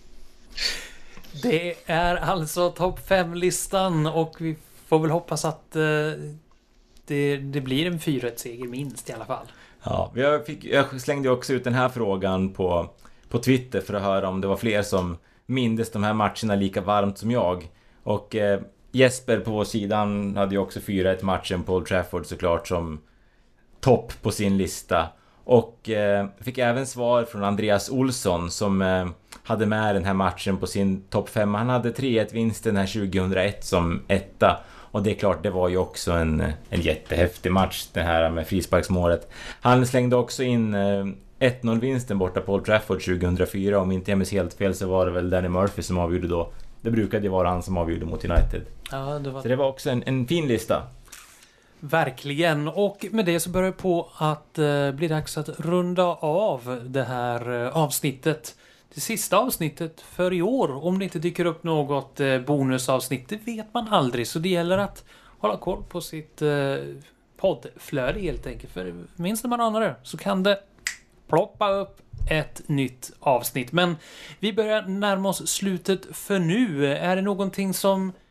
Det är alltså topp 5-listan, och vi får väl hoppas att det blir en 4-1-seger minst i alla fall. Ja, jag slängde också ut den här frågan på Twitter för att höra om det var fler som mindes de här matcherna lika varmt som jag. Och Jesper på vår sidan hade ju också 4-1 matchen på Old Trafford såklart som topp på sin lista. Och fick även svar från Andreas Olsson som hade med den här matchen på sin topp 5. Han hade 3-1-vinsten här 2001 som etta. Och det är klart, det var ju också en jättehäftig match det här med frisparksmålet. Han slängde också in 1-0-vinsten borta på Old Trafford 2004. Om inte jag minns helt fel så var det väl Danny Murphy som avgjorde då. Det brukade ju vara han som avgjorde mot United. Ja, så det var också en fin lista. Verkligen. Och med det så börjar det på att bli dags att runda av det här avsnittet. Det sista avsnittet för i år. Om det inte dyker upp något bonusavsnitt, det vet man aldrig. Så det gäller att hålla koll på sitt poddflöde helt enkelt. För minst när man anar det så kan det ploppa upp ett nytt avsnitt. Men vi börjar närma oss slutet för nu. Är det någonting som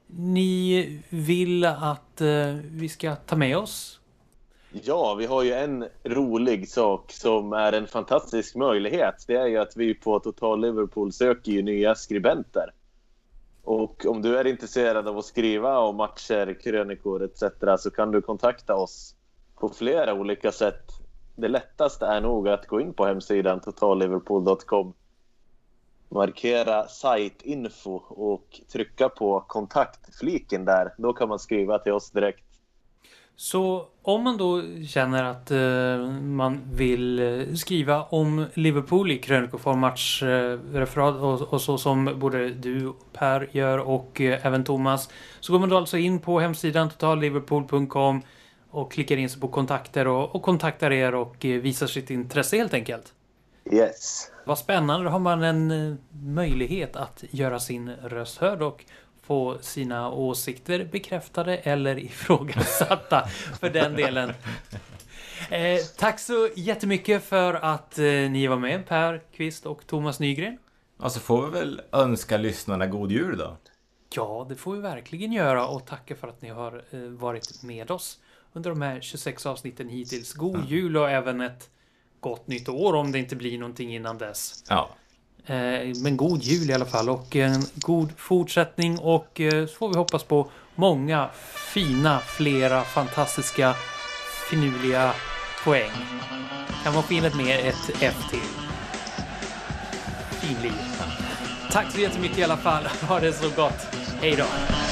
ni vill att vi ska ta med oss? Ja, vi har ju en rolig sak som är en fantastisk möjlighet. Det är ju att vi på Total Liverpool söker ju nya skribenter. Och om du är intresserad av att skriva om matcher, krönikor etc. så kan du kontakta oss på flera olika sätt. Det lättaste är nog att gå in på hemsidan totalliverpool.com, markera sajtinfo och trycka på kontaktfliken där. Då kan man skriva till oss direkt. Så om man då känner att man vill skriva om Liverpool i krönikoform, matchreferat och så som både du, Per, gör och även Thomas, så går man då alltså in på hemsidan totalliverpool.com och klickar in sig på kontakter och kontaktar er och visar sitt intresse helt enkelt. Yes. Vad spännande, då har man en möjlighet att göra sin röst hörd och få sina åsikter bekräftade eller ifrågasatta för den delen. Tack så jättemycket för att ni var med, Per Kvist och Thomas Nygren. Alltså får vi väl önska lyssnarna god jul då? Ja, det får vi verkligen göra och tacka för att ni har varit med oss under de här 26 avsnitten hittills. God jul och även ett gott nytt år om det inte blir någonting innan dess. Ja. Men god jul i alla fall och en god fortsättning och så får vi hoppas på många fina, flera fantastiska, finurliga poäng. Kan man få in ett F till. Finliv. Tack så jättemycket i alla fall. Ha det så gott. Hej då.